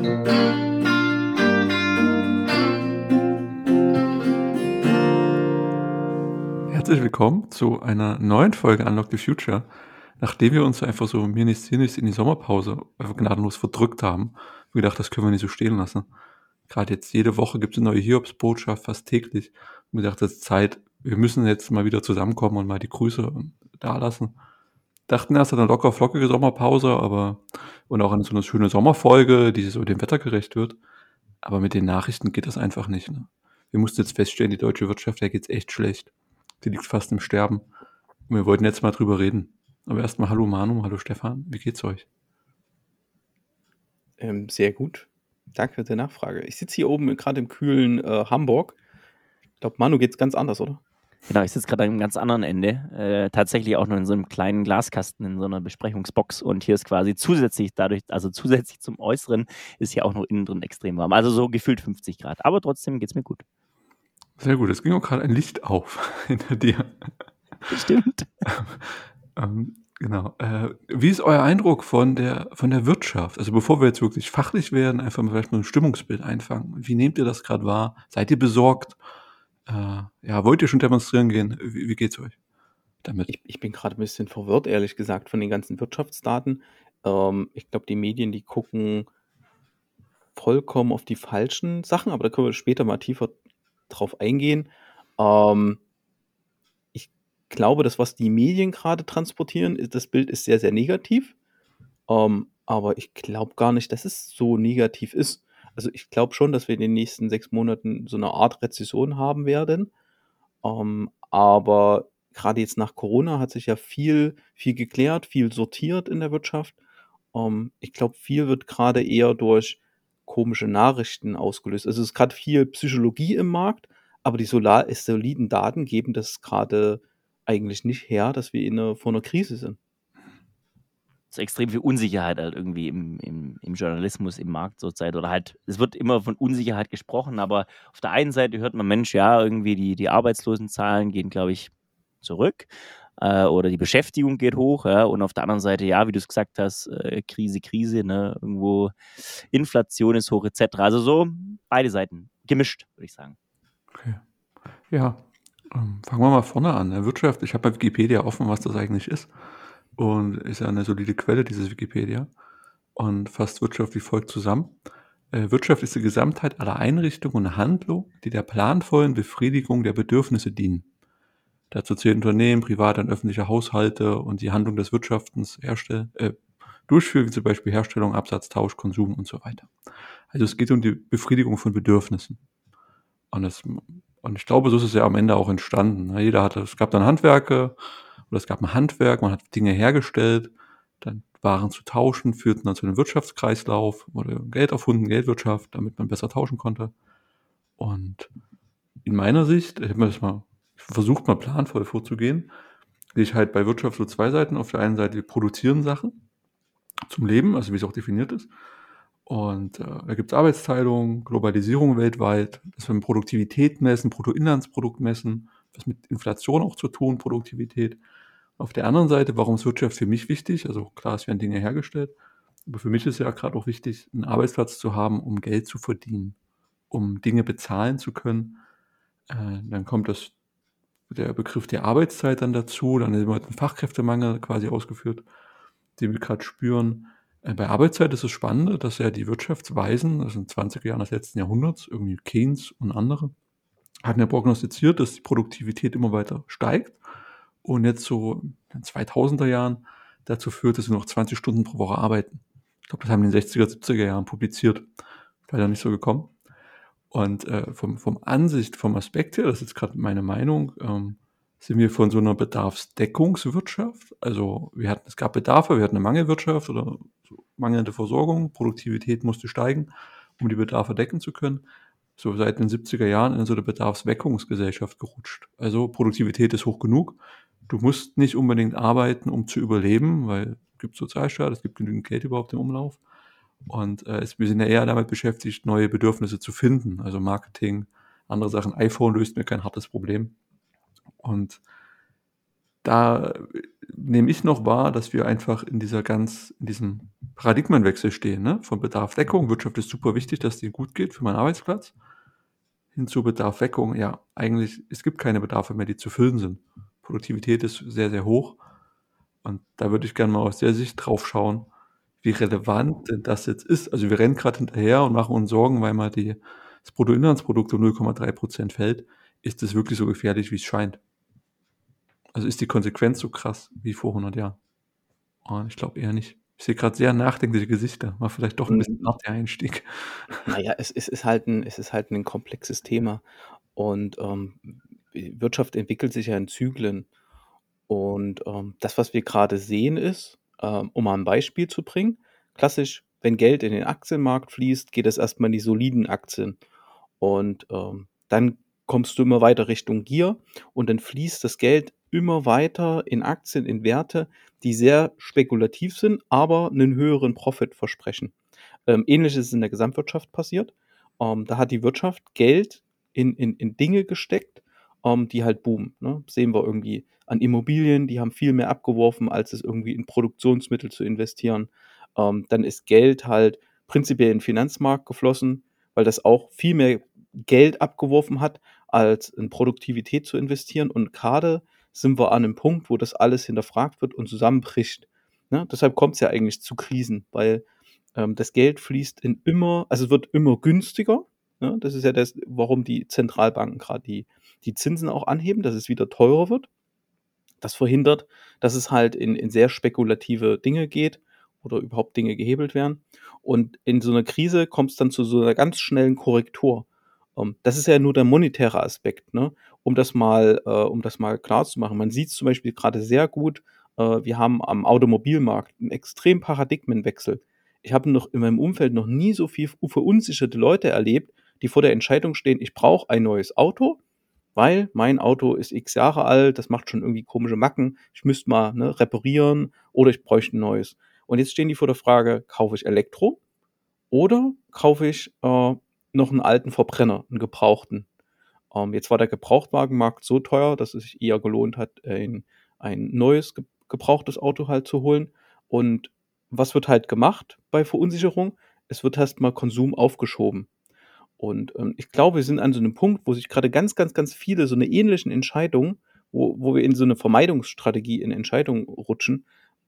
Herzlich willkommen zu einer neuen Folge Unlock the Future. Nachdem wir uns einfach so mir nichts, dir nichts in die Sommerpause einfach gnadenlos verdrückt haben, haben wir gedacht, das können wir nicht so stehen lassen. Gerade jetzt jede Woche gibt es eine neue Hiobsbotschaft, fast täglich. Und wir dachten, es ist Zeit, wir müssen jetzt mal wieder zusammenkommen und mal die Grüße da lassen. Dachten erst an eine locker flockige Sommerpause, aber und auch an so eine schöne Sommerfolge, die so dem Wetter gerecht wird. Aber mit den Nachrichten geht das einfach nicht. Ne? Wir mussten jetzt feststellen, die deutsche Wirtschaft, der geht's echt schlecht. Die liegt fast im Sterben. Und wir wollten jetzt mal drüber reden. Aber erstmal hallo Manu, hallo Stefan, wie geht's euch? Sehr gut. Danke für die Nachfrage. Ich sitze hier oben gerade im kühlen Hamburg. Ich glaube, Manu geht's ganz anders, oder? Genau, ich sitze gerade am ganz anderen Ende. Tatsächlich auch nur in so einem kleinen Glaskasten in so einer Besprechungsbox. Und hier ist quasi zusätzlich zusätzlich zum Äußeren, ist hier auch noch innen drin extrem warm. Also so gefühlt 50 Grad. Aber trotzdem geht's mir gut. Sehr gut, es ging auch gerade ein Licht auf hinter dir. Stimmt. Genau. Wie ist euer Eindruck von der Wirtschaft? Also bevor wir jetzt wirklich fachlich werden, einfach mal vielleicht mal ein Stimmungsbild einfangen. Wie nehmt ihr das gerade wahr? Seid ihr besorgt? Ja, wollt ihr schon demonstrieren gehen? Wie geht's euch damit? Ich bin gerade ein bisschen verwirrt, ehrlich gesagt, von den ganzen Wirtschaftsdaten. Ich glaube, die Medien, die gucken vollkommen auf die falschen Sachen, aber da können wir später mal tiefer drauf eingehen. Ähm, Ich glaube, das, was die Medien gerade transportieren, das Bild ist sehr, sehr negativ. Aber ich glaube gar nicht, dass es so negativ ist. Also ich glaube schon, dass wir in den nächsten 6 Monaten so eine Art Rezession haben werden. Aber gerade jetzt nach Corona hat sich ja viel geklärt, viel sortiert in der Wirtschaft. Ich glaube, viel wird gerade eher durch komische Nachrichten ausgelöst. Also es ist gerade viel Psychologie im Markt, aber die soliden Daten geben das gerade eigentlich nicht her, dass wir vor einer Krise sind. So extrem viel Unsicherheit halt irgendwie im Journalismus, im Markt zurzeit. Oder halt, es wird immer von Unsicherheit gesprochen, aber auf der einen Seite hört man, Mensch, ja, irgendwie die Arbeitslosenzahlen gehen, glaube ich, zurück. Oder die Beschäftigung geht hoch, ja, und auf der anderen Seite, ja, wie du es gesagt hast, Krise, ne, irgendwo Inflation ist hoch, etc. Also so beide Seiten, gemischt, würde ich sagen. Okay. Ja, fangen wir mal vorne an. Wirtschaft, ich habe bei Wikipedia offen, was das eigentlich ist. Und ist ja eine solide Quelle, dieses Wikipedia. Und fasst Wirtschaft wie folgt zusammen. Wirtschaft ist die Gesamtheit aller Einrichtungen und Handlungen, die der planvollen Befriedigung der Bedürfnisse dienen. Dazu zählen Unternehmen, private und öffentliche Haushalte und die Handlung des Wirtschaftens durchführen, wie zum Beispiel Herstellung, Absatz, Tausch, Konsum und so weiter. Also es geht um die Befriedigung von Bedürfnissen. Und ich glaube, so ist es ja am Ende auch entstanden. Ne? Es gab dann Handwerke oder es gab ein Handwerk, man hat Dinge hergestellt, dann Waren zu tauschen, führten dann zu einem Wirtschaftskreislauf, wurde Geld erfunden, Geldwirtschaft, damit man besser tauschen konnte. Und in meiner Sicht, ich habe mir das mal versucht, mal planvoll vorzugehen, sehe ich halt bei Wirtschaft so zwei Seiten. Auf der einen Seite, wir produzieren Sachen zum Leben, also wie es auch definiert ist. Und da gibt es Arbeitsteilung, Globalisierung weltweit, dass wir Produktivität messen, Bruttoinlandsprodukt messen, was mit Inflation auch zu tun, Produktivität. Auf der anderen Seite, warum ist Wirtschaft für mich wichtig? Also klar, es werden Dinge hergestellt, aber für mich ist ja gerade auch wichtig, einen Arbeitsplatz zu haben, um Geld zu verdienen, um Dinge bezahlen zu können. Dann kommt der Begriff der Arbeitszeit dann dazu, dann ist immer ein Fachkräftemangel quasi ausgeführt, den wir gerade spüren. Bei Arbeitszeit ist es spannend, dass ja die Wirtschaftsweisen, das sind 20er Jahren des letzten Jahrhunderts, irgendwie Keynes und andere, hatten ja prognostiziert, dass die Produktivität immer weiter steigt und jetzt so in den 2000er Jahren dazu führt, dass wir noch 20 Stunden pro Woche arbeiten. Ich glaube, das haben die in den 60er, 70er Jahren publiziert. Leider nicht so gekommen. Und vom Aspekt her, das ist jetzt gerade meine Meinung, sind wir von so einer Bedarfsdeckungswirtschaft. Also es gab Bedarfe, wir hatten eine Mangelwirtschaft oder so mangelnde Versorgung, Produktivität musste steigen, um die Bedarfe decken zu können. So seit den 70er Jahren in so eine Bedarfsweckungsgesellschaft gerutscht. Also Produktivität ist hoch genug. Du musst nicht unbedingt arbeiten, um zu überleben, weil es gibt Sozialstaat, es gibt genügend Geld überhaupt im Umlauf. Und wir sind ja eher damit beschäftigt, neue Bedürfnisse zu finden. Also Marketing, andere Sachen. iPhone löst mir kein hartes Problem. Und da nehme ich noch wahr, dass wir einfach in diesem Paradigmenwechsel stehen, ne? Von Bedarfsdeckung, Wirtschaft ist super wichtig, dass denen gut geht für meinen Arbeitsplatz, hin zu Bedarfsdeckung, ja, eigentlich, es gibt keine Bedarfe mehr, die zu füllen sind. Produktivität ist sehr, sehr hoch und da würde ich gerne mal aus der Sicht drauf schauen, wie relevant denn das jetzt ist. Also, wir rennen gerade hinterher und machen uns Sorgen, weil mal das Bruttoinlandsprodukt um 0,3% fällt. Ist das wirklich so gefährlich, wie es scheint? Also, ist die Konsequenz so krass wie vor 100 Jahren? Ich glaube eher nicht. Ich sehe gerade sehr nachdenkliche Gesichter. War vielleicht doch 'n bisschen Hm, hart der Einstieg. na ja, es ist halt 'n komplexes Thema und, Wirtschaft entwickelt sich ja in Zyklen und, das, was wir grade sehen, ist, um mal 'n Beispiel zu bringen, klassisch, wenn Geld in den Aktienmarkt fließt, geht es erst mal in die soliden Aktien. Und, dann kommst du immer weiter Richtung Gier und dann fließt das Geld immer weiter in Aktien, in Werte, die sehr spekulativ sind, aber 'nen höheren Profit versprechen. Ähnliches ist in der Gesamtwirtschaft passiert. Da hat die Wirtschaft Geld in Dinge gesteckt, die halt boomen, ne? Sehen wir irgendwie an Immobilien, die haben viel mehr abgeworfen, als es irgendwie in Produktionsmittel zu investieren. Dann ist Geld halt prinzipiell in den Finanzmarkt geflossen, weil das auch viel mehr Geld abgeworfen hat, als in Produktivität zu investieren. Und grade sind wir an 'nem Punkt, wo das alles hinterfragt wird und zusammenbricht, ne? Deshalb kommt's ja eigentlich zu Krisen, weil, das Geld fließt in immer also, es wird immer günstiger, ne? Das ist ja das, warum die Zentralbanken grad die Zinsen auch anheben, dass es wieder teurer wird. Das verhindert, dass es halt in sehr spekulative Dinge geht oder überhaupt Dinge gehebelt werden. Und in so 'ner Krise kommt's dann zu so 'ner ganz schnellen Korrektur. Das ist ja nur der monetäre Aspekt, ne? Um das mal klarzumachen. Man sieht's zum Beispiel grade sehr gut, wir haben am Automobilmarkt 'n extremen Paradigmenwechsel. Ich habe noch in meinem Umfeld noch nie so viel verunsicherte Leute erlebt, die vor der Entscheidung stehen: „Ich brauche ein neues Auto, weil mein Auto ist X Jahre alt, das macht schon irgendwie komische Macken. Ich müsste mal, ne, reparieren oder ich bräuchte 'n neues." Und jetzt stehen die vor der Frage: „Kaufe ich Elektro oder kaufe ich, noch 'n alten Verbrenner, 'n gebrauchten?" Jetzt war der Gebrauchtwagenmarkt so teuer, dass es sich eher gelohnt hat, ein neues gebrauchtes Auto halt zu holen. Und was wird halt gemacht bei Verunsicherung? Es wird erst mal Konsum aufgeschoben. Und, ich glaube, wir sind an so 'nem Punkt, wo sich grade ganz, ganz, ganz viele so 'ne ähnlichen Entscheidungen, wo wir in so 'ne Vermeidungsstrategie in Entscheidungen rutschen,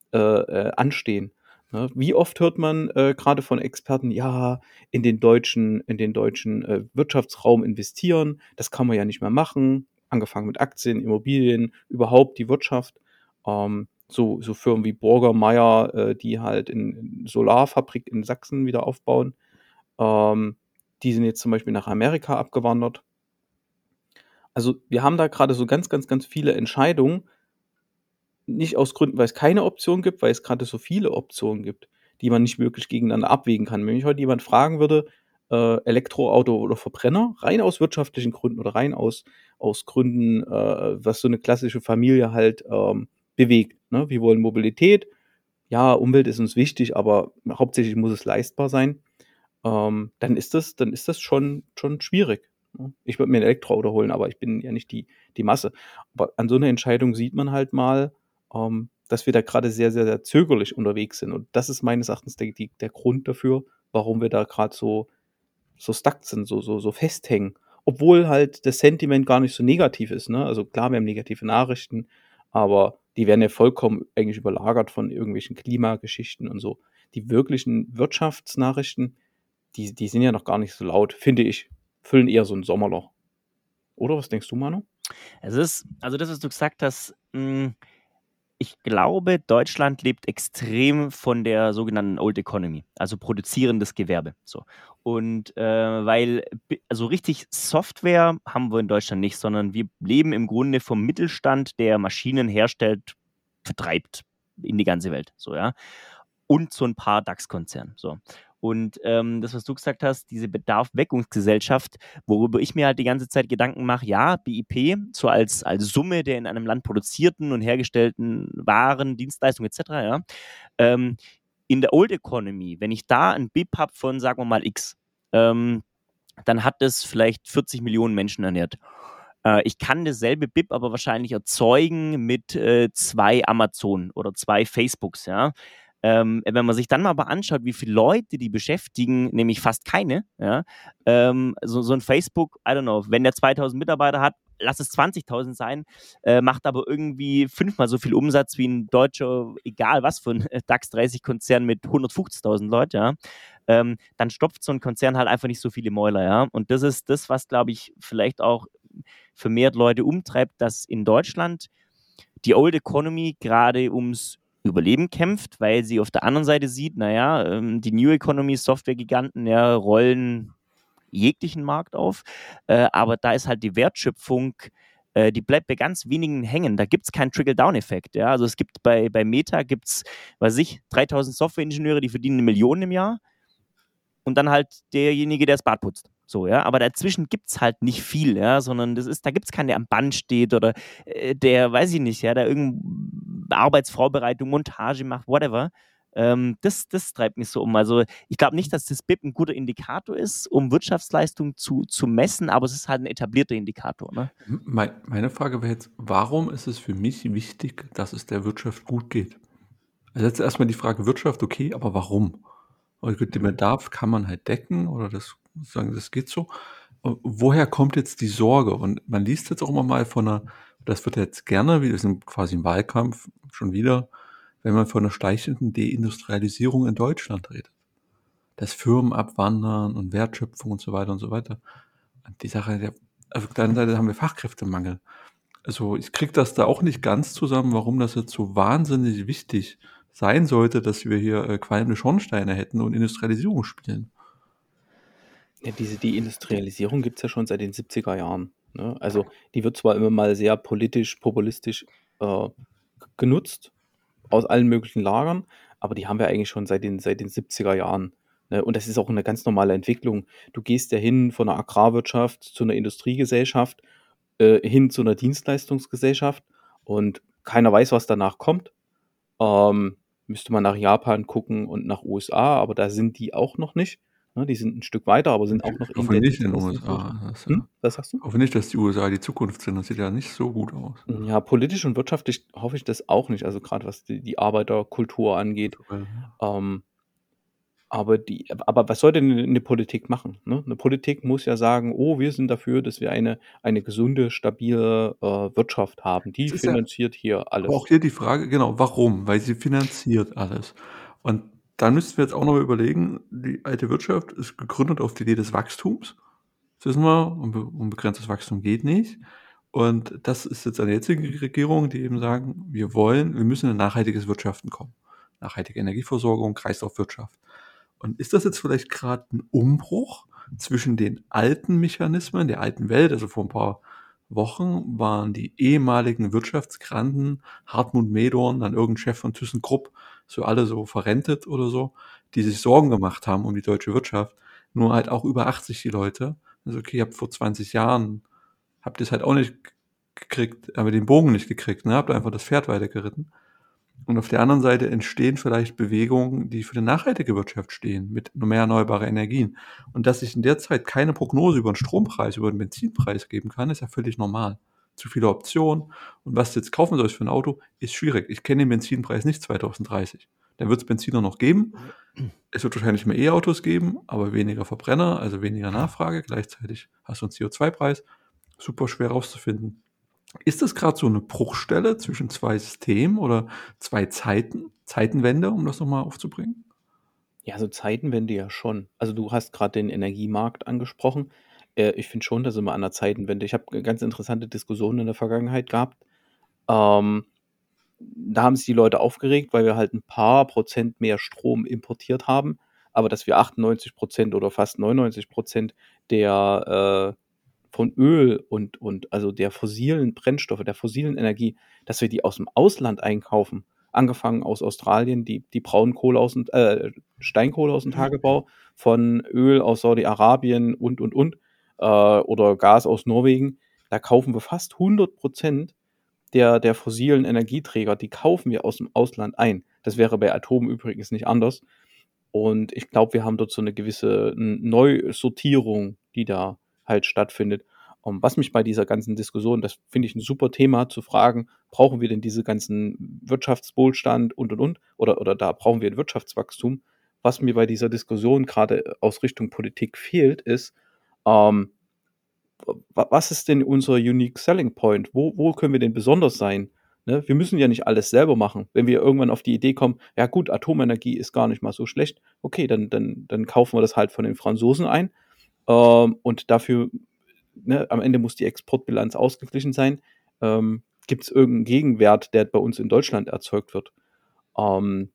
anstehen, ne? Wie oft hört man, grade von Experten: „Ja, in den deutschen, Wirtschaftsraum investieren, das kann man ja nicht mehr machen." Angefangen mit Aktien, Immobilien, überhaupt die Wirtschaft. So Firmen wie Burger-Mayer, die halt in Solarfabrik in Sachsen wieder aufbauen. Die sind jetzt zum Beispiel nach Amerika abgewandert. Also, wir haben da grade so ganz, ganz, ganz viele Entscheidungen, nicht aus Gründen, weil's keine Option gibt, weil es grade so viele Optionen gibt, die man nicht wirklich gegeneinander abwägen kann. Wenn mich heute jemand fragen würde, Elektroauto oder Verbrenner, rein aus wirtschaftlichen Gründen oder rein aus Gründen, was so 'ne klassische Familie halt, bewegt, ne? Wir wollen Mobilität. Ja, Umwelt ist uns wichtig, aber hauptsächlich muss es leistbar sein. Dann ist das schon schwierig, ne? Ich würde mir 'n Elektroauto holen, aber ich bin ja nicht die Masse. Aber an so 'ner Entscheidung sieht man halt mal, dass wir da grade sehr, sehr, sehr zögerlich unterwegs sind. Und das ist meines Erachtens der Grund dafür, warum wir da grad so stuck sind, so festhängen. Obwohl halt das Sentiment gar nicht so negativ ist, ne? Also klar, wir haben negative Nachrichten, aber die werden ja vollkommen eigentlich überlagert von irgendwelchen Klimageschichten und so. Die wirklichen Wirtschaftsnachrichten, die sind ja noch gar nicht so laut, finde ich. Füllen eher so 'n Sommerloch. Oder was denkst du, Manu? Es ist also das, was du gesagt hast, ich glaube, Deutschland lebt extrem von der sogenannten Old Economy, also produzierendes Gewerbe, so. Und, weil also richtig Software haben wir in Deutschland nicht, sondern wir leben im Grunde vom Mittelstand, der Maschinen herstellt, vertreibt in die ganze Welt, so, ja. Und so ein paar DAX-Konzerne, so. Und, das, was du gesagt hast, diese Bedarfsweckungsgesellschaft, worüber ich mir halt die ganze Zeit Gedanken mache, ja, BIP, so als Summe der in einem Land produzierten und hergestellten Waren, Dienstleistungen et cetera, ja. Ähm, in der Old Economy, wenn ich da ein BIP habe von, sagen wir mal, X, dann hat das vielleicht 40 Millionen Menschen ernährt. Ich kann dasselbe BIP aber wahrscheinlich erzeugen mit 2 Amazon oder 2 Facebooks, ja. Wenn man sich dann mal anschaut, wie viele Leute die beschäftigen, nämlich fast keine, ja. So ein Facebook, I don't know, wenn der 2000 Mitarbeiter hat, lass es 20.000 sein, macht aber irgendwie 5-mal so viel Umsatz wie ein deutscher, egal was für ein DAX 30-Konzern mit 150.000 Leuten, ja. Dann stopft so ein Konzern halt einfach nicht so viele Mäuler, ja. Und das ist das, was, glaube ich, vielleicht auch vermehrt Leute umtreibt, dass in Deutschland die Old Economy gerade ums Überleben kämpft, weil sie auf der anderen Seite sieht, naja, die New Economy Software-Giganten ja, rollen jeglichen Markt auf, aber da ist halt die Wertschöpfung, die bleibt bei ganz wenigen hängen. Da gibt es keinen Trickle-Down-Effekt. Ja? Also es gibt bei Meta, gibt's, 3.000 Software-Ingenieure, die verdienen 1 Million im Jahr und dann halt derjenige, der das Bad putzt. So, ja, aber dazwischen gibt es halt nicht viel, ja, sondern da gibt es keinen, der am Band steht oder der, weiß ich nicht, ja, der irgendeine Arbeitsvorbereitung, Montage macht, whatever. Das treibt mich so um. Also ich glaube nicht, dass das BIP ein guter Indikator ist, um Wirtschaftsleistung zu messen, aber es ist halt ein etablierter Indikator. Ne? Meine Frage wäre jetzt, warum ist es für mich wichtig, dass es der Wirtschaft gut geht? Also jetzt erstmal die Frage Wirtschaft, okay, aber warum? Und den Bedarf kann man halt decken oder das geht so. Woher kommt jetzt die Sorge? Und man liest jetzt auch immer mal das wird jetzt gerne, wir sind quasi im Wahlkampf schon wieder, wenn man von einer schleichenden Deindustrialisierung in Deutschland redet. Dass Firmen abwandern und Wertschöpfung und so weiter und so weiter. Und die Sache, auf der anderen Seite haben wir Fachkräftemangel. Also ich kriege das da auch nicht ganz zusammen, warum das jetzt so wahnsinnig wichtig sein sollte, dass wir hier qualmende Schornsteine hätten und Industrialisierung spielen. Ja, diese Deindustrialisierung gibt es ja schon seit den 70er Jahren. Ne? Also die wird zwar immer mal sehr politisch, populistisch genutzt, aus allen möglichen Lagern, aber die haben wir eigentlich schon seit den 70er Jahren. Ne? Und das ist auch eine ganz normale Entwicklung. Du gehst ja hin von einer Agrarwirtschaft zu einer Industriegesellschaft, hin zu einer Dienstleistungsgesellschaft und keiner weiß, was danach kommt. Müsste man nach Japan gucken und nach USA, aber da sind die auch noch nicht. Ne? Die sind ein Stück weiter, aber sind auch noch Ich hoffe in der nicht in den USA. Was sagst du? Ich hoffe nicht, dass die USA die Zukunft sind. Das sieht ja nicht so gut aus. Ja, politisch und wirtschaftlich hoffe ich das auch nicht. Also gerade was die Arbeiterkultur angeht. Aber was soll denn eine Politik machen? Ne? Eine Politik muss ja sagen, oh, wir sind dafür, dass wir eine gesunde, stabile Wirtschaft haben. Die Es ist ja finanziert hier alles. aber auch hier die Frage, genau, warum? Weil sie finanziert alles. Und dann müssten wir jetzt auch noch mal überlegen, die alte Wirtschaft ist gegründet auf die Idee des Wachstums. Das wissen wir, unbegrenztes Wachstum geht nicht. Und das ist jetzt eine jetzige Regierung, die eben sagen, wir müssen in ein nachhaltiges Wirtschaften kommen. Nachhaltige Energieversorgung, Kreislaufwirtschaft. Und ist das jetzt vielleicht gerade ein Umbruch zwischen den alten Mechanismen der alten Welt? Also vor ein paar Wochen waren die ehemaligen Wirtschaftsgranden, Hartmut Medorn, dann irgendein Chef von ThyssenKrupp, so alle so verrentet oder so, die sich Sorgen gemacht haben um die deutsche Wirtschaft. Nur halt auch über 80 die Leute. Also okay, ihr habt vor 20 Jahren, habt ihr es halt auch nicht gekriegt, aber den Bogen nicht gekriegt, ne? Habt einfach das Pferd weitergeritten. Und auf der anderen Seite entstehen vielleicht Bewegungen, die für eine nachhaltige Wirtschaft stehen, mit mehr erneuerbare Energien. Und dass ich in der Zeit keine Prognose über den Strompreis, über den Benzinpreis geben kann, ist ja völlig normal. Zu viele Optionen. Und was du jetzt kaufen sollst für ein Auto, ist schwierig. Ich kenne den Benzinpreis nicht 2030. Dann wird es Benziner noch geben. Es wird wahrscheinlich mehr E-Autos geben, aber weniger Verbrenner, also weniger Nachfrage. Gleichzeitig hast du einen CO2-Preis. Super schwer rauszufinden. Ist das gerade so eine Bruchstelle zwischen 2 Systemen oder 2 Zeitenwende, um das noch mal aufzubringen? Ja, so Zeitenwende ja schon. Also du hast gerade den Energiemarkt angesprochen. Ich finde schon, da sind wir an der Zeitenwende. Ich habe ganz interessante Diskussionen in der Vergangenheit gehabt. Ähm, Da haben sich die Leute aufgeregt, weil wir halt ein paar Prozent mehr Strom importiert haben, aber dass wir 98% oder fast 99% der von Öl und also der fossilen Brennstoffe, der fossilen Energie, dass wir die aus dem Ausland einkaufen. Angefangen aus Australien, die Braunkohle Steinkohle aus dem Tagebau, von Öl aus Saudi-Arabien und, oder Gas aus Norwegen. Da kaufen wir fast 100% der fossilen Energieträger, die kaufen wir aus dem Ausland ein. Das wäre bei Atom übrigens nicht anders. Und ich glaube, wir haben dort so eine gewisse Neusortierung, die da halt stattfindet. Was mich bei dieser ganzen Diskussion, das finde ich ein super Thema, zu fragen, brauchen wir denn diese ganzen Wirtschaftswohlstand und, oder da brauchen wir ein Wirtschaftswachstum? Was mir bei dieser Diskussion gerade aus Richtung Politik fehlt, ist, ähm, was ist denn unser Unique Selling Point? Wo können wir denn besonders sein? Ne? Wir müssen ja nicht alles selber machen. Wenn wir irgendwann auf die Idee kommen, ja gut, Atomenergie ist gar nicht mal so schlecht, okay, dann kaufen wir das halt von den Franzosen ein. Und dafür, ne, am Ende muss die Exportbilanz ausgeglichen sein. Gibt es irgendeinen Gegenwert, der bei uns in Deutschland erzeugt wird? Ähm,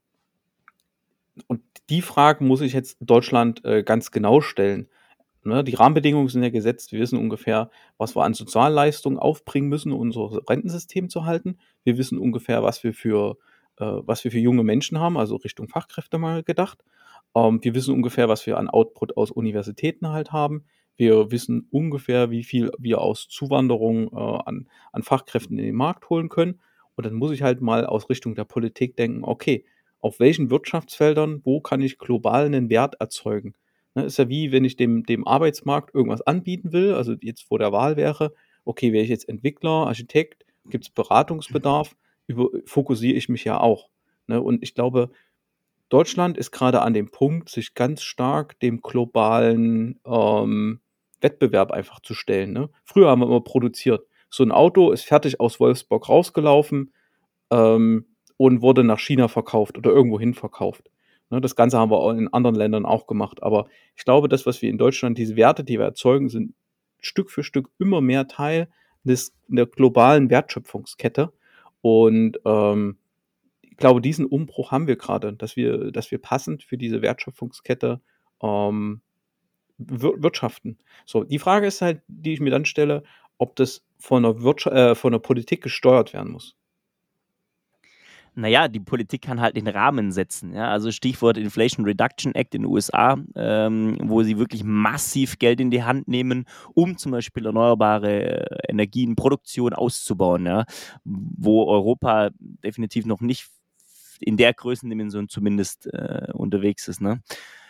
und die Fragen muss ich jetzt Deutschland ganz genau stellen. Ne, die Rahmenbedingungen sind ja gesetzt. Wir wissen ungefähr, was wir an Sozialleistungen aufbringen müssen, um unser Rentensystem zu halten. Wir wissen ungefähr, was wir für junge Menschen haben, also Richtung Fachkräfte mal gedacht. Wir wissen ungefähr, was wir an Output aus Universitäten halt haben. Wir wissen ungefähr, wie viel wir aus Zuwanderung an Fachkräften in den Markt holen können. Und dann muss ich halt mal aus Richtung der Politik denken, okay, auf welchen Wirtschaftsfeldern, wo kann ich global einen Wert erzeugen? Ne, ist ja wie, wenn ich dem Arbeitsmarkt irgendwas anbieten will, also jetzt vor der Wahl wäre, okay, wäre ich jetzt Entwickler, Architekt, gibt es Beratungsbedarf, fokussiere ich mich ja auch. Ne? Und ich glaube, Deutschland ist gerade an dem Punkt, sich ganz stark dem globalen Wettbewerb einfach zu stellen. Ne? Früher haben wir immer produziert. So ein Auto ist fertig aus Wolfsburg rausgelaufen, und wurde nach China verkauft oder irgendwohin verkauft. Ne, das Ganze haben wir auch in anderen Ländern auch gemacht. Aber ich glaube, das, was wir in Deutschland, diese Werte, die wir erzeugen, sind Stück für Stück immer mehr Teil der globalen Wertschöpfungskette. Und ich glaube, diesen Umbruch haben wir gerade, dass wir passend für diese Wertschöpfungskette ähm, wirtschaften. So, die Frage ist halt, die ich mir dann stelle, ob das von der Politik gesteuert werden muss. Naja, die Politik kann halt den Rahmen setzen. Ja? Also Stichwort Inflation Reduction Act in den USA, wo sie wirklich massiv Geld in die Hand nehmen, um zum Beispiel erneuerbare Energienproduktion auszubauen, ja? Wo Europa definitiv noch nicht in der Größendimension zumindest unterwegs ist. Ne?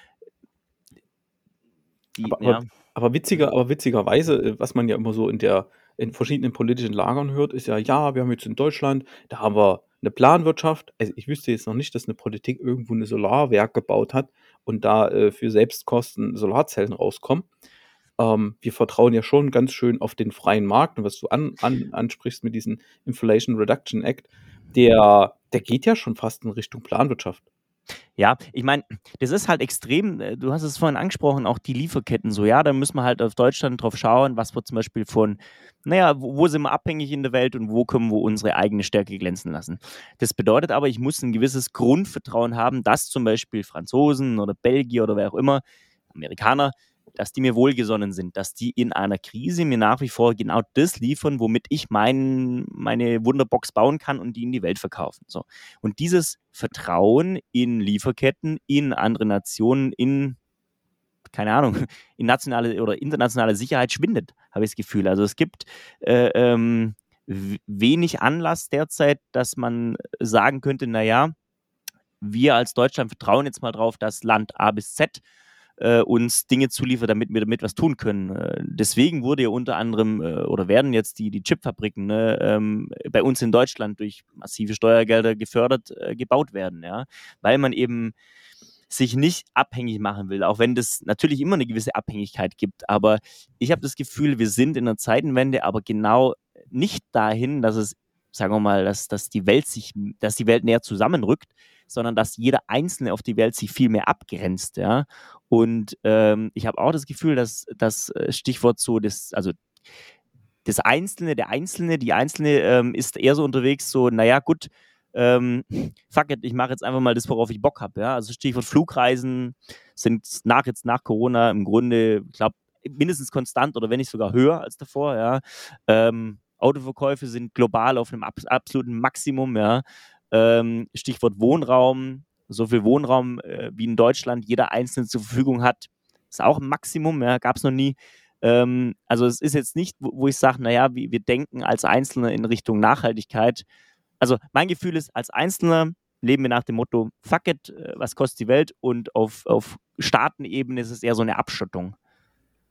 Aber witzigerweise, was man ja immer so in verschiedenen politischen Lagern hört, ist ja, wir haben jetzt in Deutschland, da haben wir eine Planwirtschaft. Also ich wüsste jetzt noch nicht, dass eine Politik irgendwo ein Solarwerk gebaut hat und da für Selbstkosten Solarzellen rauskommen. Wir vertrauen ja schon ganz schön auf den freien Markt. Und was du ansprichst mit diesem Inflation Reduction Act, der geht ja schon fast in Richtung Planwirtschaft. Ja, ich meine, das ist halt extrem, du hast es vorhin angesprochen, auch die Lieferketten so, ja, da müssen wir halt auf Deutschland drauf schauen, was wir zum Beispiel wo sind wir abhängig in der Welt und wo können wir unsere eigene Stärke glänzen lassen. Das bedeutet aber, ich muss ein gewisses Grundvertrauen haben, dass zum Beispiel Franzosen oder Belgier oder wer auch immer, Amerikaner, dass die mir wohlgesonnen sind, dass die in einer Krise mir nach wie vor genau das liefern, womit ich meine Wunderbox bauen kann und die in die Welt verkaufen. So. Und dieses Vertrauen in Lieferketten, in andere Nationen, in, keine Ahnung, in nationale oder internationale Sicherheit schwindet, habe ich das Gefühl. Also es gibt wenig Anlass derzeit, dass man sagen könnte, naja, wir als Deutschland vertrauen jetzt mal drauf, dass Land A bis Z uns Dinge zuliefert, damit wir damit was tun können. Deswegen wurde ja unter anderem oder werden jetzt die Chipfabriken bei uns in Deutschland durch massive Steuergelder gefördert, gebaut werden, ja, weil man eben sich nicht abhängig machen will, auch wenn das natürlich immer eine gewisse Abhängigkeit gibt. Aber ich habe das Gefühl, wir sind in einer Zeitenwende, aber genau nicht dahin, dass es, sagen wir mal, dass die Welt näher zusammenrückt, sondern dass jeder Einzelne auf die Welt sich viel mehr abgrenzt, ja. Und ich habe auch das Gefühl, dass das Stichwort so, das Einzelne, die Einzelne ist eher so unterwegs, so, naja, gut, fuck it, ich mache jetzt einfach mal das, worauf ich Bock habe, ja. Also Stichwort Flugreisen sind jetzt nach Corona im Grunde, ich glaube, mindestens konstant oder wenn nicht sogar höher als davor, ja. Autoverkäufe sind global auf einem absoluten Maximum, ja. Stichwort Wohnraum, so viel Wohnraum wie in Deutschland jeder Einzelne zur Verfügung hat, ist auch ein Maximum, ja, gab es noch nie. Also es ist jetzt nicht, wo ich sage, naja, wir denken als Einzelne in Richtung Nachhaltigkeit. Also mein Gefühl ist, als Einzelner leben wir nach dem Motto, fuck it, was kostet die Welt? Und auf Staatenebene ist es eher so eine Abschottung.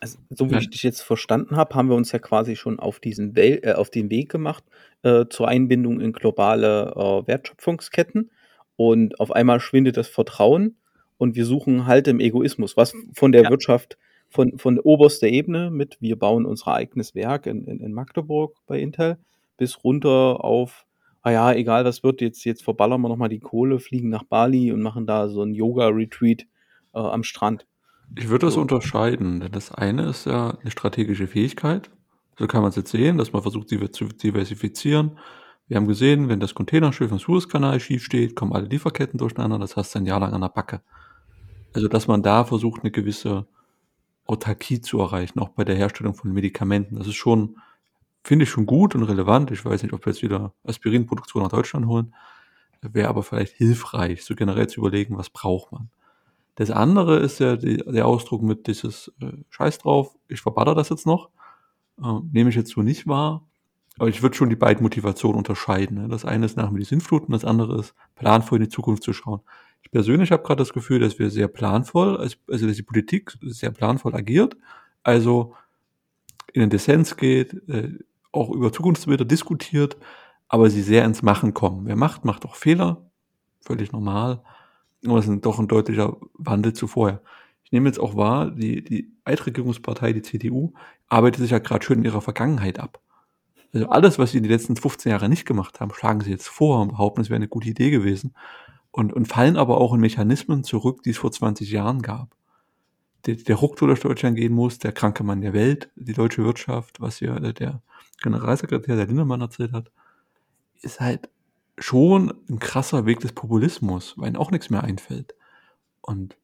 Also, so wie Ja, ich dich jetzt verstanden habe, haben wir uns ja quasi schon auf auf den Weg gemacht, zur Einbindung in globale, Wertschöpfungsketten. Und auf einmal schwindet das Vertrauen und wir suchen Halt im Egoismus, was von der Ja. Wirtschaft von oberster Ebene mit: Wir bauen unser eigenes Werk in Magdeburg bei Intel, bis runter auf: „Ah ja, egal was wird, jetzt verballern wir noch mal die Kohle, fliegen nach Bali und machen da so 'n Yoga-Retreat, am Strand." ich würde das So. unterscheiden, denn das eine ist ja 'ne strategische Fähigkeit. So kann man's jetzt sehen, dass man versucht, zu diversifizieren. Wir haben gesehen, wenn das Containerschiff im Suezkanal schief steht, kommen alle Lieferketten durcheinander, das hast du 'n Jahr lang an der Backe. Also, dass man da versucht, 'ne gewisse Autarkie zu erreichen, auch bei der Herstellung von Medikamenten. Das ist schon, finde ich, schon gut und relevant. Ich weiß nicht, ob wir jetzt wieder Aspirinproduktion nach Deutschland holen, wäre aber vielleicht hilfreich, so generell zu überlegen, was braucht man. Das andere ist ja der Ausdruck mit dieses, „Scheiß drauf, ich verballere das jetzt noch“, nehme ich jetzt so nicht wahr, aber ich würde schon die beiden Motivationen unterscheiden, ne? Das eine ist nach mir die Sintflut und das andere ist, planvoll in die Zukunft zu schauen. Ich persönlich habe grad das Gefühl, dass wir sehr planvoll also, dass die Politik sehr planvoll agiert, also in den Dissens geht, auch über Zukunftsbilder diskutiert, aber sie sehr ins Machen kommen. Wer macht, macht auch Fehler, völlig normal, aber es ist doch 'n deutlicher Wandel zu vorher. Ich nehme jetzt auch wahr, die Altregierungspartei, die CDU, arbeitet sich ja grad schön in ihrer Vergangenheit ab. Also, alles, was sie in den letzten 15 Jahre nicht gemacht haben, schlagen sie jetzt vor und behaupten, es wäre 'ne gute Idee gewesen und fallen aber auch in Mechanismen zurück, die es vor 20 Jahren gab. Der Ruck, der durch Deutschland gehen muss, der kranke Mann der Welt, die deutsche Wirtschaft, was hier der Generalsekretär, der Linnemann, erzählt hat, ist halt schon 'n krasser Weg des Populismus, weil ihnen auch nix mehr einfällt. Und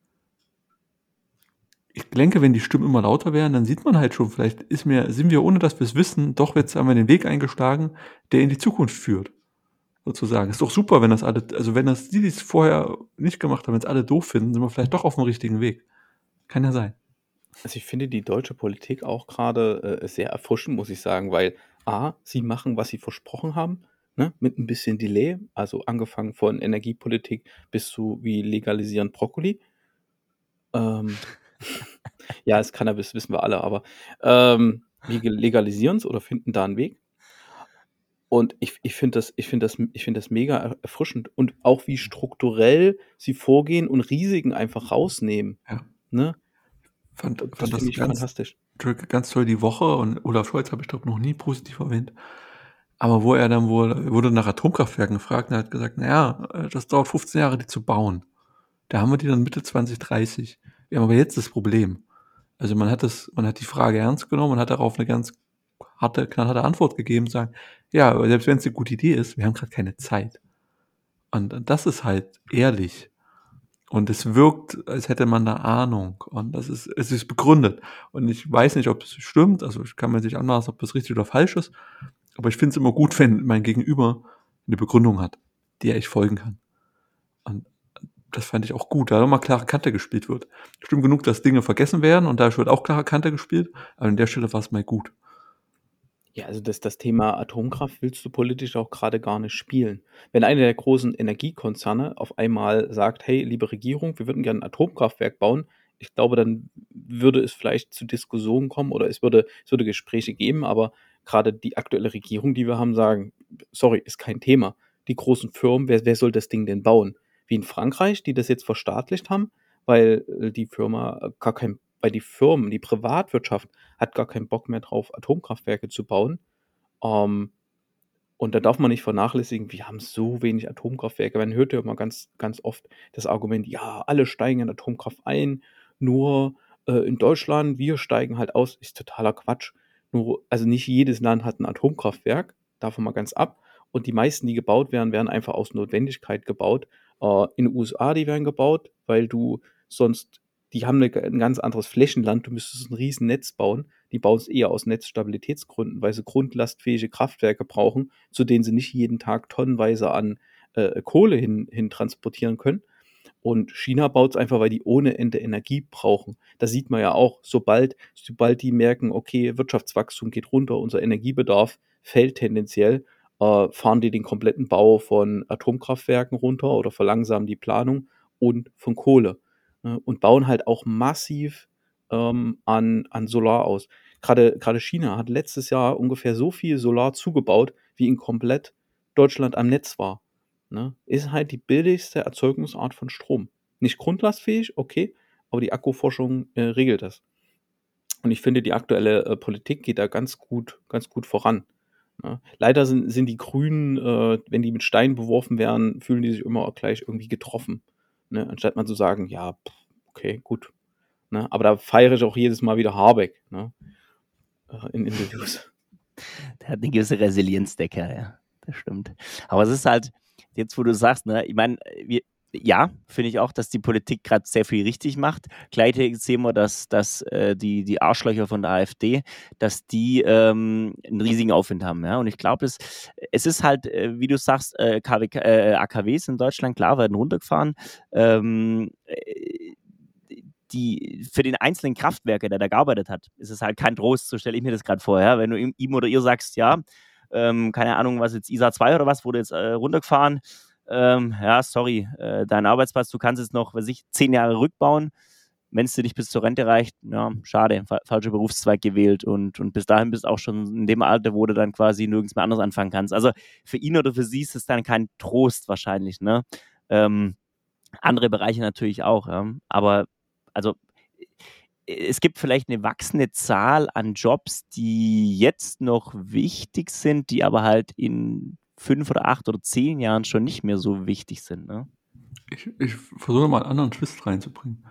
ich denke, wenn die Stimmen immer lauter werden, dann sieht man halt schon, vielleicht sind wir, ohne dass wir's wissen, doch jetzt haben wir den Weg eingeschlagen, der in die Zukunft führt, sozusagen. Ist doch super, wenn das alle also, wenn das die's vorher nicht gemacht haben, wenn's alle doof finden, sind wir vielleicht doch auf'm richtigen Weg. Kann ja sein. Also, ich finde die deutsche Politik auch gerade sehr erfrischend, muss ich sagen, weil A, sie machen, was sie versprochen haben, ne, mit ein bisschen Delay, also angefangen von Energiepolitik bis zu: „Wir legalisieren Brokkoli." Ähm, ja, ist Cannabis, wissen wir alle, aber, wir legalisieren es oder finden da einen Weg. Und ich finde das mega erfrischend und auch wie strukturell sie vorgehen und Risiken einfach rausnehmen, Ja. ne? Fand Und das fand finde das ich ganz fantastisch. ganz toll die Woche, und Olaf Scholz habe ich, glaube, noch nie positiv erwähnt. Aber wo er dann wohl wurde nach Atomkraftwerken gefragt und er hat gesagt: „Na ja, das dauert 15 Jahre, die zu bauen. Da haben wir die dann Mitte 2030. Wir haben aber jetzt das Problem.“ Also, man hat die Frage ernst genommen und hat darauf 'ne ganz knallharte Antwort gegeben, sagen: „Ja, aber selbst wenn's 'ne gute Idee ist, wir haben grad keine Zeit.“ Und das ist halt ehrlich. Und es wirkt, als hätte man 'ne Ahnung, und es ist begründet. Und ich weiß nicht, ob es stimmt, also, ich kann mir nicht anmaßen, ob das richtig oder falsch ist, aber ich finde es immer gut, wenn mein Gegenüber 'ne Begründung hat, der ich folgen kann. Und das fand ich auch gut, da immer klare Kante gespielt wird. Schlimm genug, dass Dinge vergessen werden und da wird auch klare Kante gespielt, aber an der Stelle war's mal gut. Ja, also das Thema Atomkraft willst du politisch auch gerade gar nicht spielen. Wenn einer der großen Energiekonzerne auf einmal sagt: „Hey, liebe Regierung, wir würden gerne 'n Atomkraftwerk bauen", ich glaube, dann würde es vielleicht zu Diskussionen kommen oder es würde Gespräche geben, aber gerade die aktuelle Regierung, die wir haben, sagen: „Sorry, ist kein Thema." Die großen Firmen, wer soll das Ding denn bauen? Wie in Frankreich, die das jetzt verstaatlicht haben, weil, die Firma gar kein weil die Firmen, die Privatwirtschaft hat gar keinen Bock mehr drauf, Atomkraftwerke zu bauen. Ähm, und da darf man nicht vernachlässigen, wir haben so wenig Atomkraftwerke. Man hört ja immer ganz, ganz oft das Argument: „Ja, alle steigen in Atomkraft ein, nur, in Deutschland, wir steigen halt aus." Ist totaler Quatsch. Nur also nicht jedes Land hat ein Atomkraftwerk, davon mal ganz ab. Und die meisten, die gebaut werden, werden einfach aus Notwendigkeit gebaut. In den USA, die werden gebaut, weil du sonst die haben 'n ganz anderes Flächenland, du müsstest 'n Riesennetz bauen. Die bauen es eher aus Netzstabilitätsgründen, weil sie grundlastfähige Kraftwerke brauchen, zu denen sie nicht jeden Tag tonnenweise an, Kohle hin transportieren können. Und China baut es einfach, weil die ohne Ende Energie brauchen. Das sieht man ja auch, sobald die merken: „Okay, Wirtschaftswachstum geht runter, unser Energiebedarf fällt tendenziell", fahren die den kompletten Bau von Atomkraftwerken runter oder verlangsamen die Planung und von Kohle, ne? Und bauen halt auch massiv an Solar aus. Gerade China hat letztes Jahr ungefähr so viel Solar zugebaut, wie in komplett Deutschland am Netz war. Ne? Ist halt die billigste Erzeugungsart von Strom. Nicht grundlastfähig, okay, aber die Akkuforschung regelt das. Und ich finde, die aktuelle Politik geht da ganz gut voran. Ne? Leider sind die Grünen, wenn die mit Steinen beworfen werden, fühlen die sich immer auch gleich irgendwie getroffen. Ne? Anstatt mal zu sagen, ja, okay, gut. Ne? Aber da feiere ich auch jedes Mal wieder Habeck, ne? In Interviews. Der hat eine gewisse Resilienz, der Kerl, ja. Das stimmt. Aber es ist halt, jetzt wo du sagst, ne, ich meine, ja, finde ich auch, dass die Politik gerade sehr viel richtig macht. Gleichzeitig sehen wir, dass die Arschlöcher von der AfD, dass die einen riesigen Aufwind haben. Ja? Und ich glaube, es ist halt, wie du sagst, AKWs in Deutschland, klar, werden runtergefahren. Die für den einzelnen Kraftwerker, der da gearbeitet hat, ist es halt kein Trost, so stelle ich mir das gerade vor. Ja? Wenn du ihm oder ihr sagst, ja, keine Ahnung, was jetzt ISA 2 oder was, wurde jetzt runtergefahren, ja, sorry, dein Arbeitsplatz, du kannst es noch, 10 Jahre rückbauen. Wenn es dir nicht bis zur Rente reicht, ja, schade, falscher Berufszweig gewählt und bis dahin bist du auch schon in dem Alter, wo du dann quasi nirgends mehr anders anfangen kannst. Also für ihn oder für sie ist es dann kein Trost wahrscheinlich, ne? Andere Bereiche natürlich auch, ja. Aber also es gibt vielleicht eine wachsende Zahl an Jobs, die jetzt noch wichtig sind, die aber halt in 5 oder 8 oder 10 Jahren schon nicht mehr so wichtig sind. Ne? Ich versuche mal einen anderen Twist reinzubringen.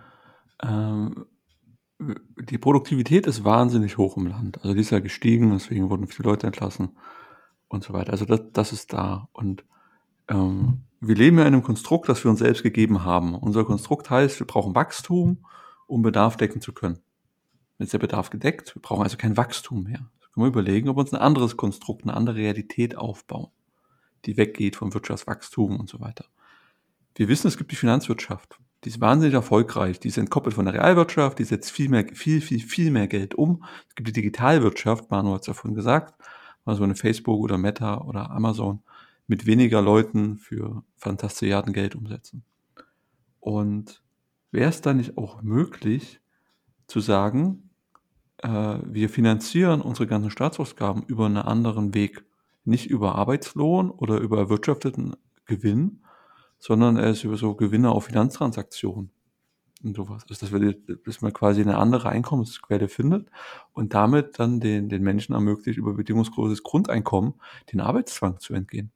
Die Produktivität ist wahnsinnig hoch im Land. Also die ist ja gestiegen, deswegen wurden viele Leute entlassen und so weiter. Also das ist da. Und wir leben ja in einem Konstrukt, das wir uns selbst gegeben haben. Unser Konstrukt heißt, wir brauchen Wachstum, um Bedarf decken zu können. Jetzt ist der Bedarf gedeckt, wir brauchen also kein Wachstum mehr. Jetzt können wir überlegen, ob wir uns ein anderes Konstrukt, eine andere Realität aufbauen, die weggeht vom Wirtschaftswachstum und so weiter. Wir wissen, es gibt die Finanzwirtschaft. Die ist wahnsinnig erfolgreich. Die ist entkoppelt von der Realwirtschaft. Die setzt viel mehr Geld um. Es gibt die Digitalwirtschaft, Manu hat es ja vorhin gesagt, also eine Facebook oder Meta oder Amazon mit weniger Leuten für Fantastilliarden Geld umsetzen. Und wäre es dann nicht auch möglich zu sagen, wir finanzieren unsere ganzen Staatsausgaben über einen anderen Weg, nicht über Arbeitslohn oder über erwirtschafteten Gewinn, sondern erst über so Gewinne auf Finanztransaktionen und sowas. Also dass man quasi eine andere Einkommensquelle findet und damit dann den Menschen ermöglicht, über bedingungsloses Grundeinkommen den Arbeitszwang zu entgehen.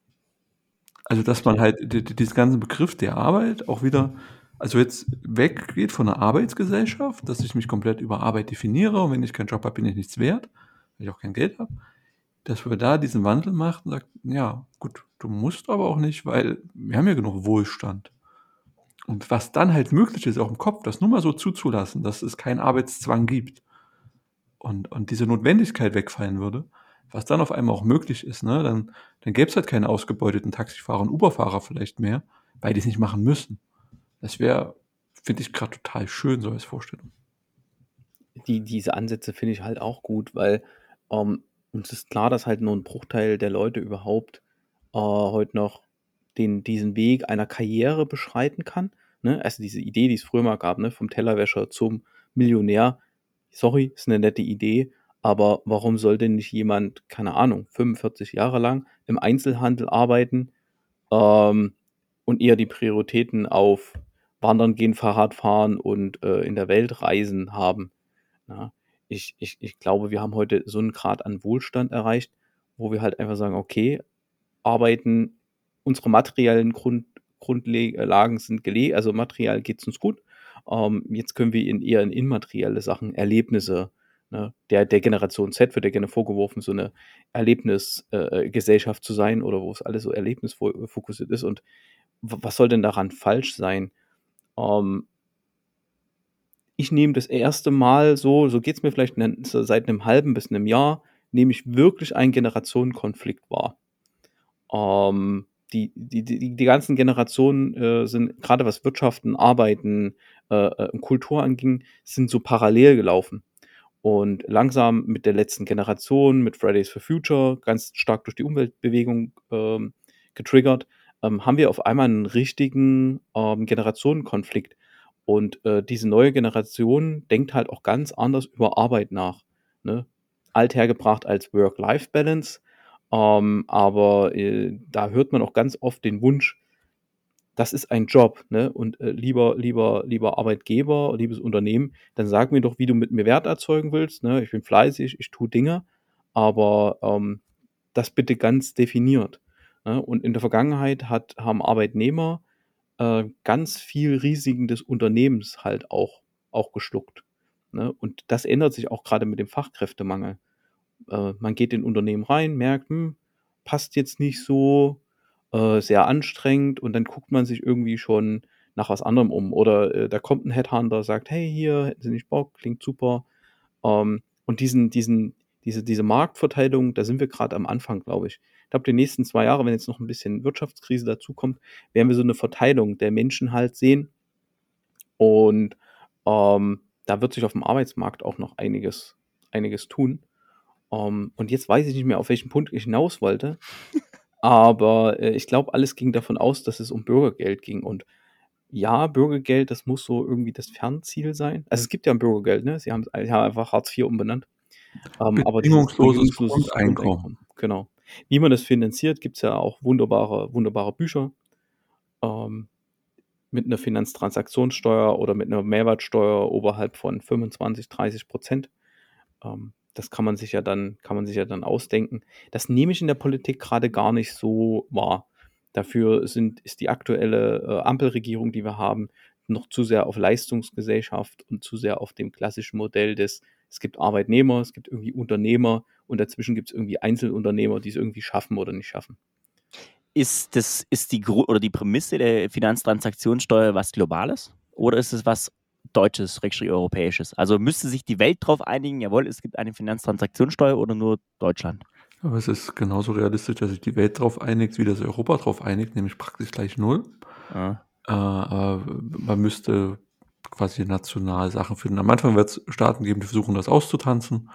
Also dass man halt diesen ganzen Begriff der Arbeit auch wieder, also jetzt weggeht von der Arbeitsgesellschaft, dass ich mich komplett über Arbeit definiere und wenn ich keinen Job habe, bin ich nichts wert, weil ich auch kein Geld habe, dass wir da diesen Wandel machen und sagt, ja gut, du musst aber auch nicht, weil wir haben ja genug Wohlstand. Und was dann halt möglich ist, auch im Kopf, das nur mal so zuzulassen, dass es keinen Arbeitszwang gibt und diese Notwendigkeit wegfallen würde, was dann auf einmal auch möglich ist, ne? Dann gäbe es halt keine ausgebeuteten Taxifahrer und Uberfahrer vielleicht mehr, weil die es nicht machen müssen. Das wäre, finde ich, gerade total schön, so als Vorstellung. Diese Ansätze finde ich halt auch gut, weil uns ist klar, dass halt nur ein Bruchteil der Leute überhaupt heute noch diesen Weg einer Karriere beschreiten kann. Ne? Also diese Idee, die es früher mal gab, ne? Vom Tellerwäscher zum Millionär. Sorry, ist eine nette Idee, aber warum soll denn nicht jemand, keine Ahnung, 45 Jahre lang im Einzelhandel arbeiten und eher die Prioritäten auf Wandern gehen, Fahrradfahren und in der Welt reisen haben? Ja, ich glaube, wir haben heute so einen Grad an Wohlstand erreicht, wo wir halt einfach sagen, okay, arbeiten, unsere materiellen Grundlagen sind gelegt, also materiell geht es uns gut. Jetzt können wir eher in immaterielle Sachen, Erlebnisse, ne? Der Generation Z wird ja gerne vorgeworfen, so eine Erlebnisgesellschaft zu sein oder wo es alles so erlebnisfokussiert ist. Und was soll denn daran falsch sein? Ich nehme das erste Mal so geht es mir vielleicht seit einem halben bis einem Jahr, nehme ich wirklich einen Generationenkonflikt wahr. Die ganzen Generationen sind, gerade was Wirtschaften, Arbeiten, Kultur anging, sind so parallel gelaufen. Und langsam mit der letzten Generation, mit Fridays for Future, ganz stark durch die Umweltbewegung getriggert, haben wir auf einmal einen richtigen Generationenkonflikt. Und diese neue Generation denkt halt auch ganz anders über Arbeit nach. Ne? Althergebracht als Work-Life-Balance, aber da hört man auch ganz oft den Wunsch, das ist ein Job, ne? Und lieber Arbeitgeber, liebes Unternehmen, dann sag mir doch, wie du mit mir Wert erzeugen willst. Ne? Ich bin fleißig, ich tue Dinge, aber das bitte ganz definiert. Ne? Und in der Vergangenheit haben Arbeitnehmer ganz viel Risiken des Unternehmens halt auch geschluckt. Ne? Und das ändert sich auch gerade mit dem Fachkräftemangel. Man geht in Unternehmen rein, merkt, passt jetzt nicht so, sehr anstrengend, und dann guckt man sich irgendwie schon nach was anderem um. Oder da kommt ein Headhunter, sagt, hey, hier, hätten Sie nicht Bock, klingt super. Und diese Marktverteilung, da sind wir gerade am Anfang, glaube ich. Ich glaube, die nächsten 2 Jahre, wenn jetzt noch ein bisschen Wirtschaftskrise dazukommt, werden wir so eine Verteilung der Menschen halt sehen. Und da wird sich auf dem Arbeitsmarkt auch noch einiges tun. Und jetzt weiß ich nicht mehr, auf welchen Punkt ich hinaus wollte. Aber ich glaube, alles ging davon aus, dass es um Bürgergeld ging. Und ja, Bürgergeld, das muss so irgendwie das Fernziel sein. Also es gibt ja ein Bürgergeld, ne? Sie haben einfach Hartz IV umbenannt. Aber dieses Bedingungsloses bedingungsloses Grundeinkommen. genau. Wie man das finanziert, gibt es ja auch wunderbare Bücher. Mit einer Finanztransaktionssteuer oder mit einer Mehrwertsteuer oberhalb von 25-30%. Das kann man sich ja dann ausdenken. Das nehme ich in der Politik gerade gar nicht so wahr. Dafür ist die aktuelle Ampelregierung, die wir haben, noch zu sehr auf Leistungsgesellschaft und zu sehr auf dem klassischen Modell des, es gibt Arbeitnehmer, es gibt irgendwie Unternehmer und dazwischen gibt es irgendwie Einzelunternehmer, die es irgendwie schaffen oder nicht schaffen. Ist die Prämisse der Finanztransaktionssteuer was Globales oder ist es was Deutsches, Europäisches? Also müsste sich die Welt darauf einigen, jawohl, es gibt eine Finanztransaktionssteuer oder nur Deutschland? Aber es ist genauso realistisch, dass sich die Welt darauf einigt, wie das Europa darauf einigt, nämlich praktisch gleich 0. Ja. Aber man müsste quasi national Sachen finden. Am Anfang wird es Staaten geben, die versuchen, das auszutanzen.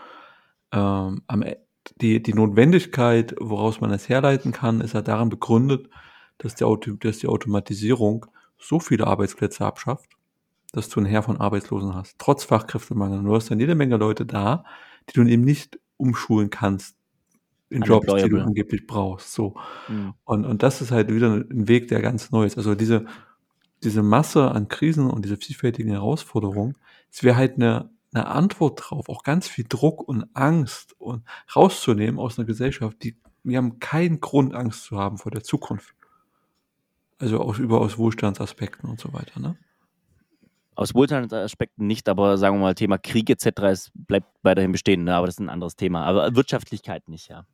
Die Notwendigkeit, woraus man es herleiten kann, ist ja darin begründet, dass die Automatisierung so viele Arbeitsplätze abschafft, dass du ein Heer von Arbeitslosen hast, trotz Fachkräftemangel. Du hast dann jede Menge Leute da, die du eben nicht umschulen kannst in Jobs, die du Unemployable. angeblich brauchst. So. Mhm. Und das ist halt wieder ein Weg, der ganz neu ist. Also diese Masse an Krisen und diese vielfältigen Herausforderungen, es wäre halt eine Antwort drauf, auch ganz viel Druck und Angst und rauszunehmen aus einer Gesellschaft, wir haben keinen Grund, Angst zu haben vor der Zukunft. Also aus Wohlstandsaspekten und so weiter, ne? Aus Wohlstandsaspekten nicht, aber sagen wir mal, Thema Krieg etc. Bleibt weiterhin bestehen, ne? Aber das ist ein anderes Thema. Aber Wirtschaftlichkeit nicht, ja.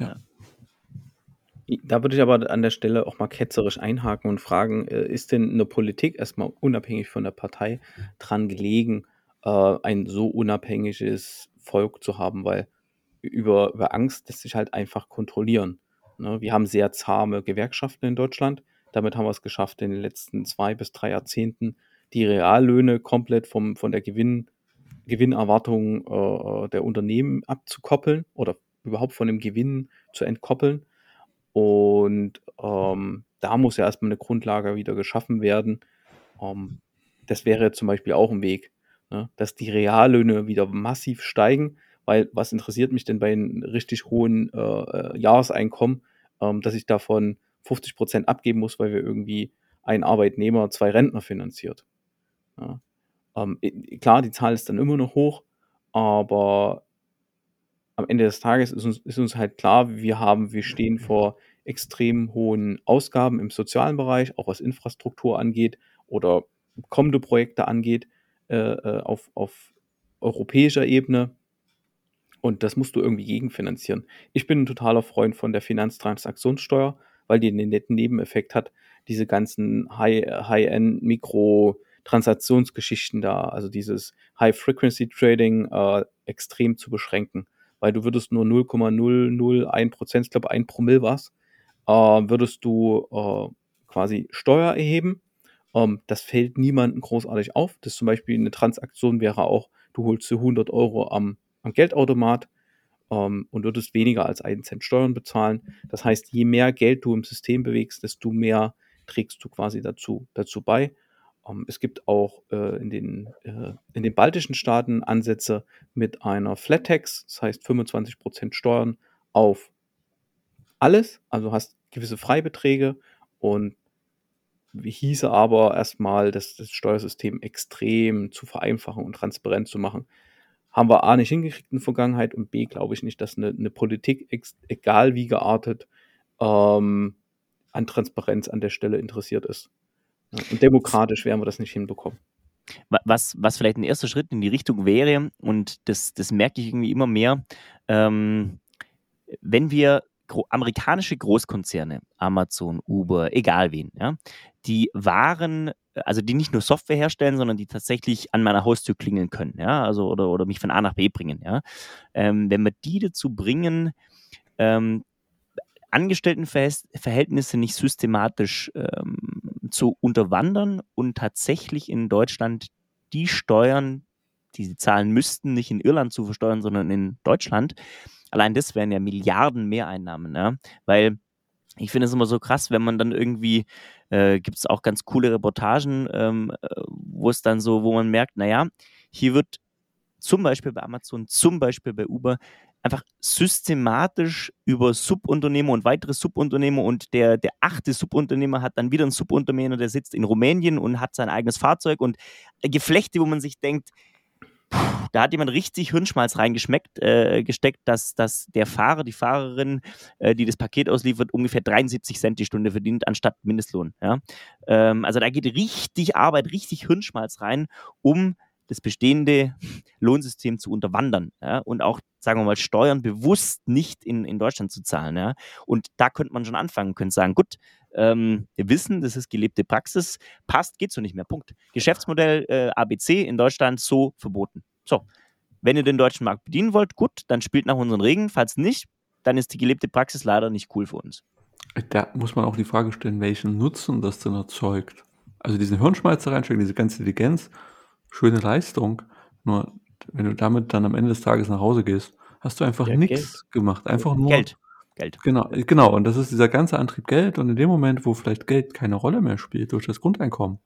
Da würde ich aber an der Stelle auch mal ketzerisch einhaken und fragen, ist denn eine Politik erstmal unabhängig von der Partei dran gelegen, ein so unabhängiges Volk zu haben? Weil über Angst lässt sich halt einfach kontrollieren. Ne? Wir haben sehr zahme Gewerkschaften in Deutschland. Damit haben wir es geschafft, in den letzten 2 bis 3 Jahrzehnten die Reallöhne komplett von der Gewinnerwartung der Unternehmen abzukoppeln oder überhaupt von dem Gewinn zu entkoppeln. Und da muss ja erstmal eine Grundlage wieder geschaffen werden. Das wäre zum Beispiel auch ein Weg, ne? Dass die Reallöhne wieder massiv steigen, weil was interessiert mich denn bei einem richtig hohen Jahreseinkommen, dass ich davon 50% abgeben muss, weil wir irgendwie ein Arbeitnehmer 2 Rentner finanziert. Ja. Klar, die Zahl ist dann immer noch hoch, aber am Ende des Tages ist uns halt klar, wir stehen vor extrem hohen Ausgaben im sozialen Bereich, auch was Infrastruktur angeht oder kommende Projekte angeht, auf europäischer Ebene. Und das musst du irgendwie gegenfinanzieren. Ich bin ein totaler Freund von der Finanztransaktionssteuer, weil die den netten Nebeneffekt hat, diese ganzen High-End-Mikrotransaktionsgeschichten da, also dieses High-Frequency-Trading extrem zu beschränken. Weil du würdest nur 0,001%, ich glaube 1 Promille war's, würdest du quasi Steuer erheben. Das fällt niemandem großartig auf. Das zum Beispiel eine Transaktion wäre auch, du holst dir 100 Euro am Geldautomat und würdest weniger als 1 Cent Steuern bezahlen. Das heißt, je mehr Geld du im System bewegst, desto mehr trägst du quasi dazu bei. Es gibt auch in den baltischen Staaten Ansätze mit einer Flat Tax, das heißt 25% Steuern auf alles, also hast gewisse Freibeträge und hieße aber erstmal, das Steuersystem extrem zu vereinfachen und transparent zu machen. Haben wir A nicht hingekriegt in der Vergangenheit und B glaube ich nicht, dass eine Politik, egal wie geartet, an Transparenz an der Stelle interessiert ist. Ja, und demokratisch werden wir das nicht hinbekommen. Was vielleicht ein erster Schritt in die Richtung wäre, und das merke ich irgendwie immer mehr, wenn wir amerikanische Großkonzerne, Amazon, Uber, egal wen, ja, die Waren, also die nicht nur Software herstellen, sondern die tatsächlich an meiner Haustür klingeln können, ja, also oder mich von A nach B bringen, ja. Wenn wir die dazu bringen, Angestelltenverhältnisse nicht systematisch zu unterwandern und tatsächlich in Deutschland die Steuern, die sie zahlen müssten, nicht in Irland zu versteuern, sondern in Deutschland. Allein das wären ja Milliarden Mehreinnahmen, ja? Weil ich finde es immer so krass, wenn man dann irgendwie, gibt es auch ganz coole Reportagen, wo es dann so, wo man merkt, naja, hier wird zum Beispiel bei Amazon, zum Beispiel bei Uber einfach systematisch über Subunternehmer und weitere Subunternehmer, und der 8. Subunternehmer hat dann wieder einen Subunternehmer, der sitzt in Rumänien und hat sein eigenes Fahrzeug, und Geflechte, wo man sich denkt, da hat jemand richtig Hirnschmalz reingesteckt, dass der Fahrer, die Fahrerin, die das Paket ausliefert, ungefähr 73 Cent die Stunde verdient, anstatt Mindestlohn. Ja? Also da geht richtig Arbeit, richtig Hirnschmalz rein, um das bestehende Lohnsystem zu unterwandern, ja? Und auch, sagen wir mal, Steuern bewusst nicht in Deutschland zu zahlen. Ja? Und da könnte man schon anfangen, könnte sagen, gut, wir wissen, das ist gelebte Praxis, passt, geht so nicht mehr, Punkt. Geschäftsmodell ABC in Deutschland so verboten. So, wenn ihr den deutschen Markt bedienen wollt, gut, dann spielt nach unseren Regeln, falls nicht, dann ist die gelebte Praxis leider nicht cool für uns. Da muss man auch die Frage stellen, welchen Nutzen das denn erzeugt. Also diesen Hirnschmalz da reinstecken, diese ganze Intelligenz, schöne Leistung, nur wenn du damit dann am Ende des Tages nach Hause gehst, hast du einfach Ja, nichts gemacht, einfach nur Geld. Genau, und das ist dieser ganze Antrieb Geld, und in dem Moment, wo vielleicht Geld keine Rolle mehr spielt durch das Grundeinkommen,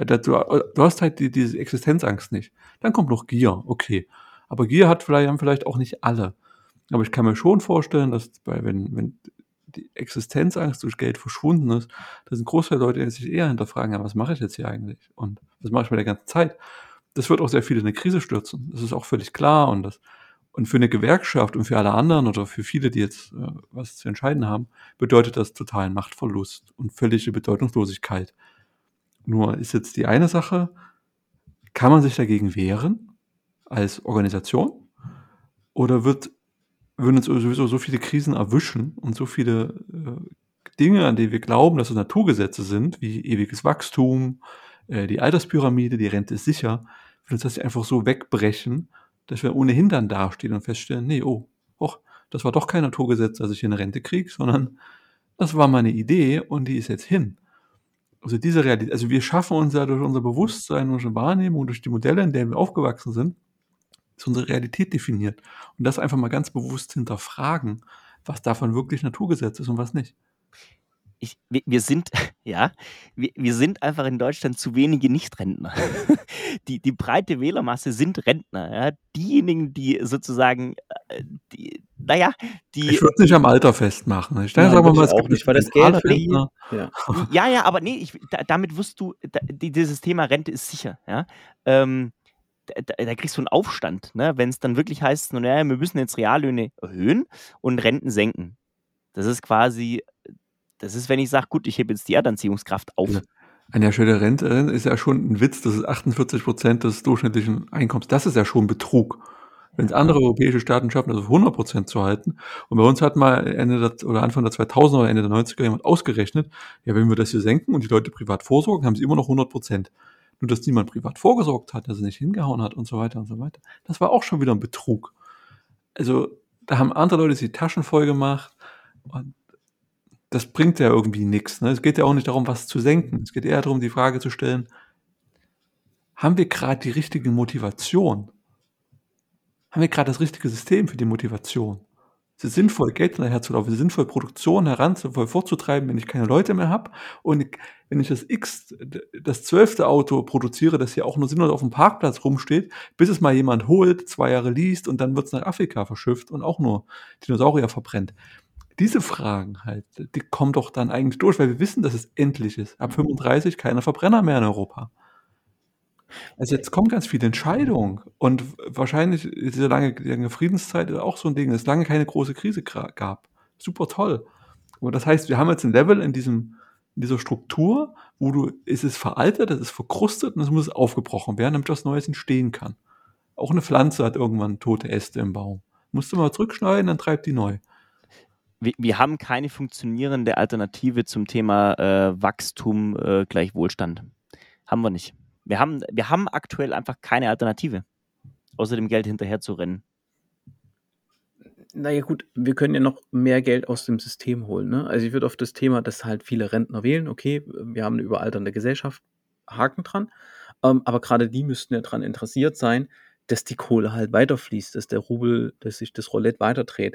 du hast halt diese Existenzangst nicht. Dann kommt noch Gier, okay. Aber Gier haben vielleicht auch nicht alle. Aber ich kann mir schon vorstellen, dass wenn die Existenzangst durch Geld verschwunden ist, dass ein Großteil der Leute sich eher hinterfragen, ja, was mache ich jetzt hier eigentlich? Und was mache ich mit der ganzen Zeit? Das wird auch sehr viele in eine Krise stürzen. Das ist auch völlig klar, und für eine Gewerkschaft und für alle anderen oder für viele, die jetzt was zu entscheiden haben, bedeutet das totalen Machtverlust und völlige Bedeutungslosigkeit. Nur ist jetzt die eine Sache, kann man sich dagegen wehren als Organisation? Oder würden uns sowieso so viele Krisen erwischen und so viele Dinge, an die wir glauben, dass es Naturgesetze sind, wie ewiges Wachstum, die Alterspyramide, die Rente ist sicher, würden uns das einfach so wegbrechen, dass wir ohnehin dann dastehen und feststellen, nee, das war doch kein Naturgesetz, dass ich hier eine Rente kriege, sondern das war meine Idee und die ist jetzt hin. Also diese Realität, also wir schaffen uns ja durch unser Bewusstsein, unsere Wahrnehmung, durch die Modelle, in denen wir aufgewachsen sind, ist unsere Realität definiert. Und das einfach mal ganz bewusst hinterfragen, was davon wirklich Naturgesetz ist und was nicht. Wir sind, ja, wir sind einfach in Deutschland zu wenige Nichtrentner. Die breite Wählermasse sind Rentner. Ja? Diejenigen, die sozusagen, Ich würde es nicht am Alter festmachen. Ich denke, sagen wir mal, es auch gibt nicht, weil das Geld Rentner. Ja, aber nee, damit wirst du, dieses Thema Rente ist sicher. Ja? Da kriegst du einen Aufstand, ne? Wenn es dann wirklich heißt, naja, wir müssen jetzt Reallöhne erhöhen und Renten senken. Das ist quasi, wenn ich sage, gut, ich hebe jetzt die Erdanziehungskraft auf. Ja. Eine schöne Rente ist ja schon ein Witz, das ist 48% des durchschnittlichen Einkommens. Das ist ja schon Betrug. Wenn es andere europäische Staaten schaffen, das auf 100% zu halten. Und bei uns hat mal Anfang der 2000er oder Ende der 90er jemand ausgerechnet, ja, wenn wir das hier senken und die Leute privat vorsorgen, haben sie immer noch 100%. Nur, dass niemand privat vorgesorgt hat, dass er nicht hingehauen hat und so weiter und so weiter. Das war auch schon wieder ein Betrug. Also, da haben andere Leute sich die Taschen voll gemacht und das bringt ja irgendwie nichts. Ne? Es geht ja auch nicht darum, was zu senken. Es geht eher darum, die Frage zu stellen, haben wir gerade die richtige Motivation? Haben wir gerade das richtige System für die Motivation? Es ist sinnvoll, Geld hinterherzulaufen, es ist sinnvoll, Produktion vorzutreiben, wenn ich keine Leute mehr habe und wenn ich das 12. Auto produziere, das hier auch nur sinnlos auf dem Parkplatz rumsteht, bis es mal jemand holt, 2 Jahre liest und dann wird es nach Afrika verschifft und auch nur Dinosaurier verbrennt. Diese Fragen halt, die kommen doch dann eigentlich durch, weil wir wissen, dass es endlich ist. Ab 35 keine Verbrenner mehr in Europa. Also jetzt kommen ganz viele Entscheidungen und wahrscheinlich ist diese lange Friedenszeit auch so ein Ding, dass es lange keine große Krise gab. Super toll. Aber das heißt, wir haben jetzt ein Level in dieser Struktur, wo es ist veraltet, es ist verkrustet und es muss aufgebrochen werden, damit was Neues entstehen kann. Auch eine Pflanze hat irgendwann tote Äste im Baum. Musst du mal zurückschneiden, dann treibt die neu. Wir haben keine funktionierende Alternative zum Thema Wachstum gleich Wohlstand. Haben wir nicht. Wir haben aktuell einfach keine Alternative, außer dem Geld hinterher zu rennen. Naja gut, wir können ja noch mehr Geld aus dem System holen. Ne? Also ich würde auf das Thema, dass halt viele Rentner wählen, okay, wir haben eine überalternde Gesellschaft, Haken dran. Aber gerade die müssten ja daran interessiert sein, dass die Kohle halt weiterfließt, dass der Rubel, dass sich das Roulette weiterdreht.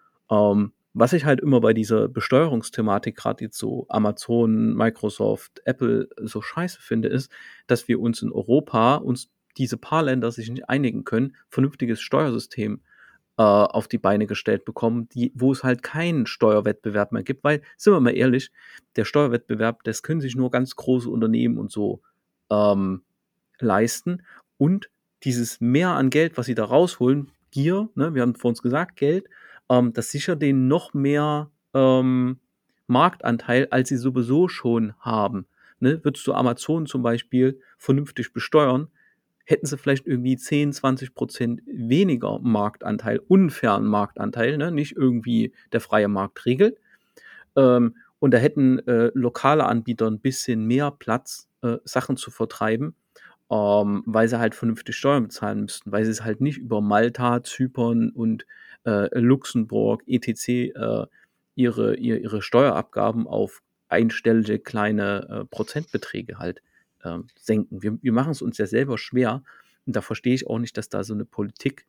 Was ich halt immer bei dieser Besteuerungsthematik, gerade jetzt so Amazon, Microsoft, Apple so scheiße finde, ist, dass wir uns in Europa, diese paar Länder sich nicht einigen können, vernünftiges Steuersystem auf die Beine gestellt bekommen, wo es halt keinen Steuerwettbewerb mehr gibt, weil, sind wir mal ehrlich, der Steuerwettbewerb, das können sich nur ganz große Unternehmen und so leisten und dieses Mehr an Geld, was sie da rausholen, Gier, ne, wir haben vor uns gesagt, Geld, das sichert denen noch mehr Marktanteil, als sie sowieso schon haben. Ne? Würdest du Amazon zum Beispiel vernünftig besteuern, hätten sie vielleicht irgendwie 10-20% weniger Marktanteil, unfairen Marktanteil, ne? Nicht irgendwie der freie Markt regelt. Und da hätten lokale Anbieter ein bisschen mehr Platz, Sachen zu vertreiben, weil sie halt vernünftig Steuern bezahlen müssten, weil sie es halt nicht über Malta, Zypern und Luxemburg, etc. Ihre Steuerabgaben auf einstellige kleine Prozentbeträge halt senken. Wir machen es uns ja selber schwer und da verstehe ich auch nicht, dass da so eine Politik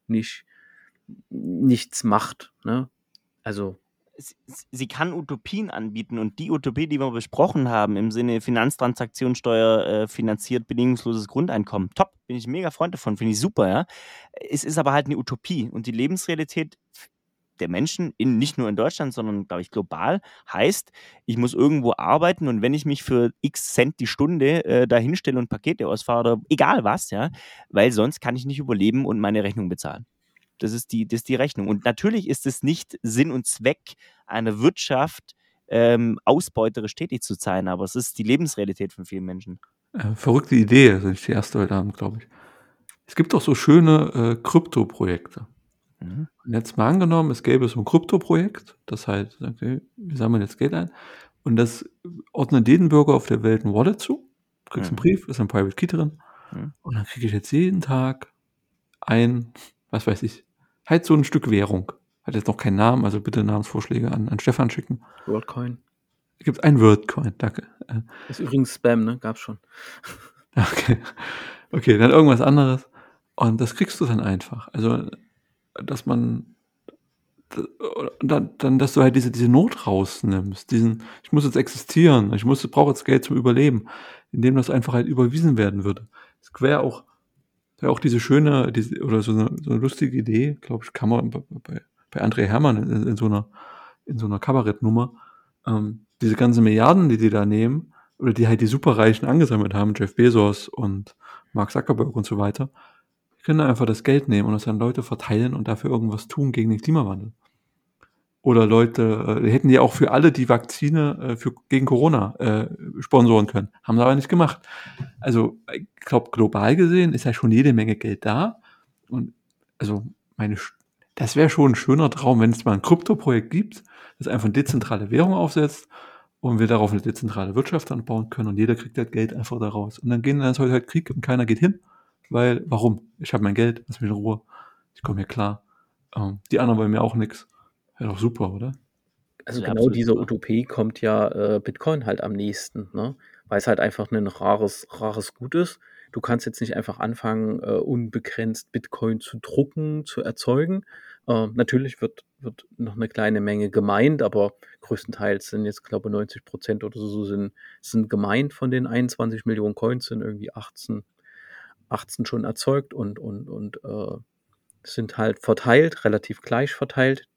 nichts macht. Ne? Also Sie kann Utopien anbieten und die Utopie, die wir besprochen haben, im Sinne Finanztransaktionssteuer finanziert, bedingungsloses Grundeinkommen, top, bin ich mega Freund davon, finde ich super, ja. Es ist aber halt eine Utopie und die Lebensrealität der Menschen, nicht nur in Deutschland, sondern, glaube ich, global, heißt, ich muss irgendwo arbeiten und wenn ich mich für x Cent die Stunde da hinstelle und Pakete ausfahre oder egal was, ja, weil sonst kann ich nicht überleben und meine Rechnung bezahlen. Das ist die Rechnung. Und natürlich ist es nicht Sinn und Zweck einer Wirtschaft, ausbeuterisch tätig zu sein, aber es ist die Lebensrealität von vielen Menschen. Verrückte Idee, also nicht die erste heute Abend, glaube ich. Es gibt doch so schöne Krypto-Projekte. Mhm. Und jetzt mal angenommen, es gäbe so ein Krypto-Projekt, das heißt, okay, wir sammeln jetzt Geld ein und das ordnet jedem Bürger auf der Welt ein Wallet zu. Du kriegst einen Brief, ist ein Private Key drin und dann kriege ich jetzt jeden Tag was weiß ich, halt so ein Stück Währung. Hat jetzt noch keinen Namen, also bitte Namensvorschläge an Stefan schicken. WorldCoin. Es gibt ein WorldCoin, danke. Ist übrigens Spam, ne? Gab's schon. Okay, dann irgendwas anderes. Und das kriegst du dann einfach. Also, dass man dass du halt diese Not rausnimmst, ich muss jetzt existieren, brauche jetzt Geld zum Überleben, indem das einfach halt überwiesen werden würde. Es wäre auch diese schöne, oder so eine lustige Idee, glaube ich, kann man bei André Hermann in so einer Kabarettnummer, diese ganzen Milliarden, die da nehmen, oder die halt die Superreichen angesammelt haben, Jeff Bezos und Mark Zuckerberg und so weiter, die können einfach das Geld nehmen und das an Leute verteilen und dafür irgendwas tun gegen den Klimawandel. Oder Leute, hätten die auch für alle die Vakzine gegen Corona sponsoren können. Haben sie aber nicht gemacht. Also ich glaube, global gesehen ist ja schon jede Menge Geld da. Und also das wäre schon ein schöner Traum, wenn es mal ein Krypto-Projekt gibt, das einfach eine dezentrale Währung aufsetzt und wir darauf eine dezentrale Wirtschaft anbauen können und jeder kriegt halt Geld einfach daraus. Und dann ist heute halt Krieg und keiner geht hin, weil, warum? Ich habe mein Geld, lass mich in Ruhe. Ich komme hier klar. Die anderen wollen mir auch nichts. Wäre doch super, oder? Also Ja, genau absolut dieser super. Utopie kommt ja Bitcoin halt am nächsten, ne? Weil es halt einfach ein rares Gut ist. du kannst jetzt nicht einfach anfangen, unbegrenzt Bitcoin zu drucken, zu erzeugen. Natürlich wird noch eine kleine Menge gemeint, aber größtenteils sind jetzt, glaube ich, 90% oder so sind gemeint von den 21 Millionen Coins, sind irgendwie 18 schon erzeugt und sind halt verteilt, relativ gleich verteilt.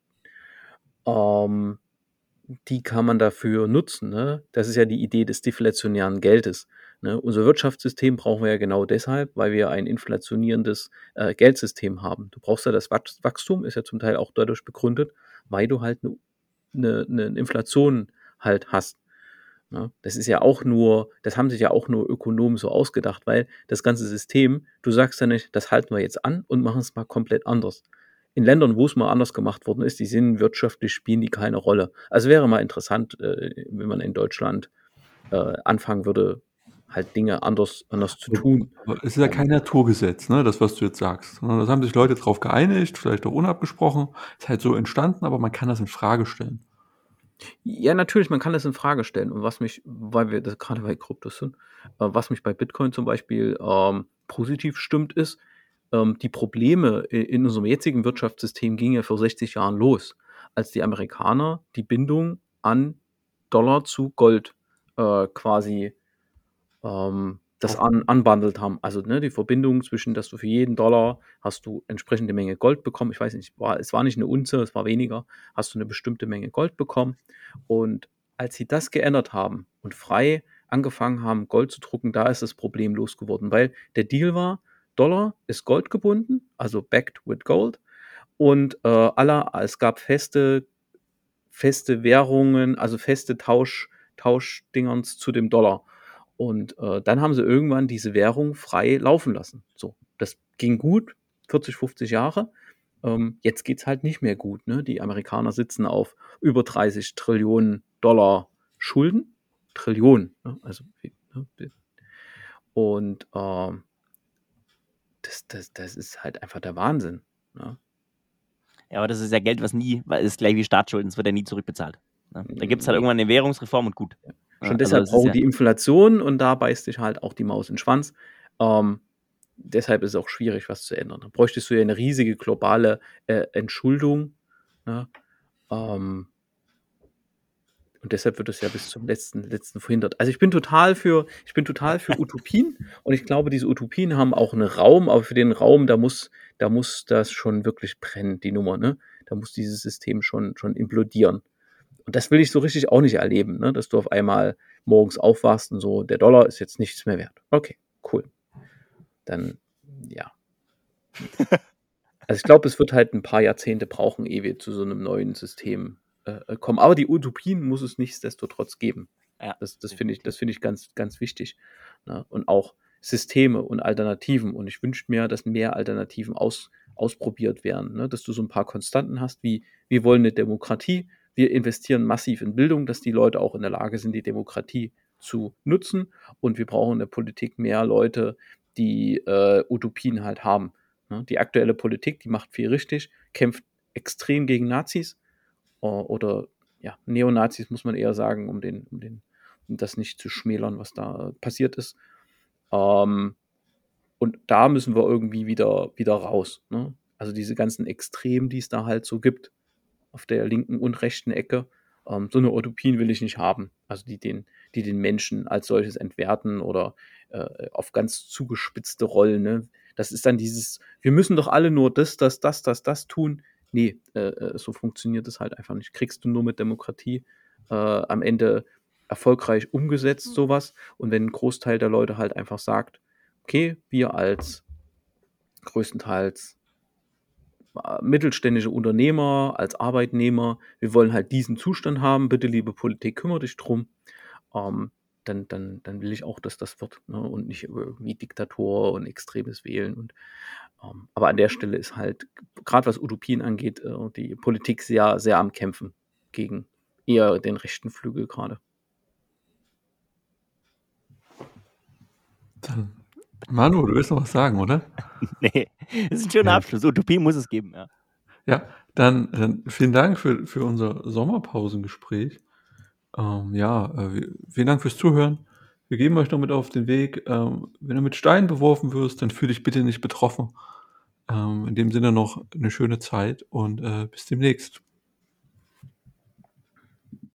Die kann man dafür nutzen. Ne? Das ist ja die Idee des deflationären Geldes. Ne? Unser Wirtschaftssystem brauchen wir ja genau deshalb, weil wir ein inflationierendes Geldsystem haben. Du brauchst ja das Wachstum, ist ja zum Teil auch dadurch begründet, weil du halt eine Inflation halt hast. Ne? Das haben sich ja auch nur Ökonomen so ausgedacht, weil das ganze System, du sagst ja nicht, das halten wir jetzt an und machen es mal komplett anders. In Ländern, wo es mal anders gemacht worden ist, die sind wirtschaftlich, spielen die keine Rolle. Also wäre mal interessant, wenn man in Deutschland anfangen würde, halt Dinge anders zu tun. Aber es ist ja kein Naturgesetz, ne, das, was du jetzt sagst. Sondern das haben sich Leute drauf geeinigt, vielleicht auch unabgesprochen. Ist halt so entstanden, aber man kann das in Frage stellen. Ja, natürlich, man kann das in Frage stellen. Und weil wir das gerade bei Kryptos sind, was mich bei Bitcoin zum Beispiel positiv stimmt, ist, die Probleme in unserem jetzigen Wirtschaftssystem gingen ja vor 60 Jahren los, als die Amerikaner die Bindung an Dollar zu Gold quasi das unbundelt haben. Also ne, die Verbindung zwischen, dass du für jeden Dollar hast du entsprechende Menge Gold bekommen. Ich weiß nicht, es war nicht eine Unze, es war weniger. Hast du eine bestimmte Menge Gold bekommen. Und als sie das geändert haben und frei angefangen haben, Gold zu drucken, da ist das Problem losgeworden, weil der Deal war, Dollar ist Gold gebunden, also backed with Gold. Und es gab feste Währungen, also feste Tauschdingerns zu dem Dollar. Und dann haben sie irgendwann diese Währung frei laufen lassen. So, das ging gut, 40, 50 Jahre. Jetzt geht es halt nicht mehr gut. Ne? Die Amerikaner sitzen auf über 30 Trillionen Dollar Schulden. Trillionen. Ne? Also, ne? Und das ist halt einfach der Wahnsinn. Ne? Ja, aber das ist ja Geld, weil es ist gleich wie Staatsschulden, es wird ja nie zurückbezahlt. Ne? Da gibt es halt irgendwann eine Währungsreform und gut. Schon deshalb brauchen die Inflation und da beißt sich halt auch die Maus in den Schwanz. Deshalb ist es auch schwierig, was zu ändern. Da bräuchtest du ja eine riesige globale Entschuldung. Ne? Und deshalb wird es ja bis zum letzten verhindert. Also ich bin total für Utopien und ich glaube, diese Utopien haben auch einen Raum, aber für den Raum, da muss das schon wirklich brennen, die Nummer. Ne? Da muss dieses System schon implodieren. Und das will ich so richtig auch nicht erleben, ne? Dass du auf einmal morgens aufwachst und so, der Dollar ist jetzt nichts mehr wert. Okay, cool. Dann, ja. Also ich glaube, es wird halt ein paar Jahrzehnte brauchen, ehe wir zu so einem neuen System kommen. Aber die Utopien muss es nichtsdestotrotz geben. Ja. Das finde ich ganz, ganz wichtig. Ne? Und auch Systeme und Alternativen. Und ich wünsche mir, dass mehr Alternativen ausprobiert werden. Ne? Dass du so ein paar Konstanten hast, wie wir wollen eine Demokratie. Wir investieren massiv in Bildung, dass die Leute auch in der Lage sind, die Demokratie zu nutzen. Und wir brauchen in der Politik mehr Leute, die Utopien halt haben. Ne? Die aktuelle Politik, die macht viel richtig, kämpft extrem gegen Nazis oder ja, Neonazis, muss man eher sagen, um das nicht zu schmälern, was da passiert ist. Und da müssen wir irgendwie wieder raus. Ne? Also diese ganzen Extremen, die es da halt so gibt, auf der linken und rechten Ecke, so eine Utopien will ich nicht haben. Also die den Menschen als solches entwerten oder auf ganz zugespitzte Rollen. Ne? Das ist dann wir müssen doch alle nur das tun. Nee, so funktioniert es halt einfach nicht. Kriegst du nur mit Demokratie am Ende erfolgreich umgesetzt, sowas. Und wenn ein Großteil der Leute halt einfach sagt, okay, wir als größtenteils mittelständische Unternehmer, als Arbeitnehmer, wir wollen halt diesen Zustand haben, bitte liebe Politik, kümmere dich drum, dann will ich auch, dass das wird, ne? Und nicht irgendwie Diktator und extremes Wählen. Und, aber an der Stelle ist halt, gerade was Utopien angeht, die Politik sehr, sehr am Kämpfen gegen eher den rechten Flügel gerade. Manu, du willst noch was sagen, oder? Nee, das ist ein schöner Abschluss. Utopie muss es geben, ja. Ja, dann vielen Dank für unser Sommerpausengespräch. Vielen Dank fürs Zuhören. Wir geben euch noch mit auf den Weg, wenn du mit Steinen beworfen wirst, dann fühl dich bitte nicht betroffen. In dem Sinne noch eine schöne Zeit und, bis demnächst.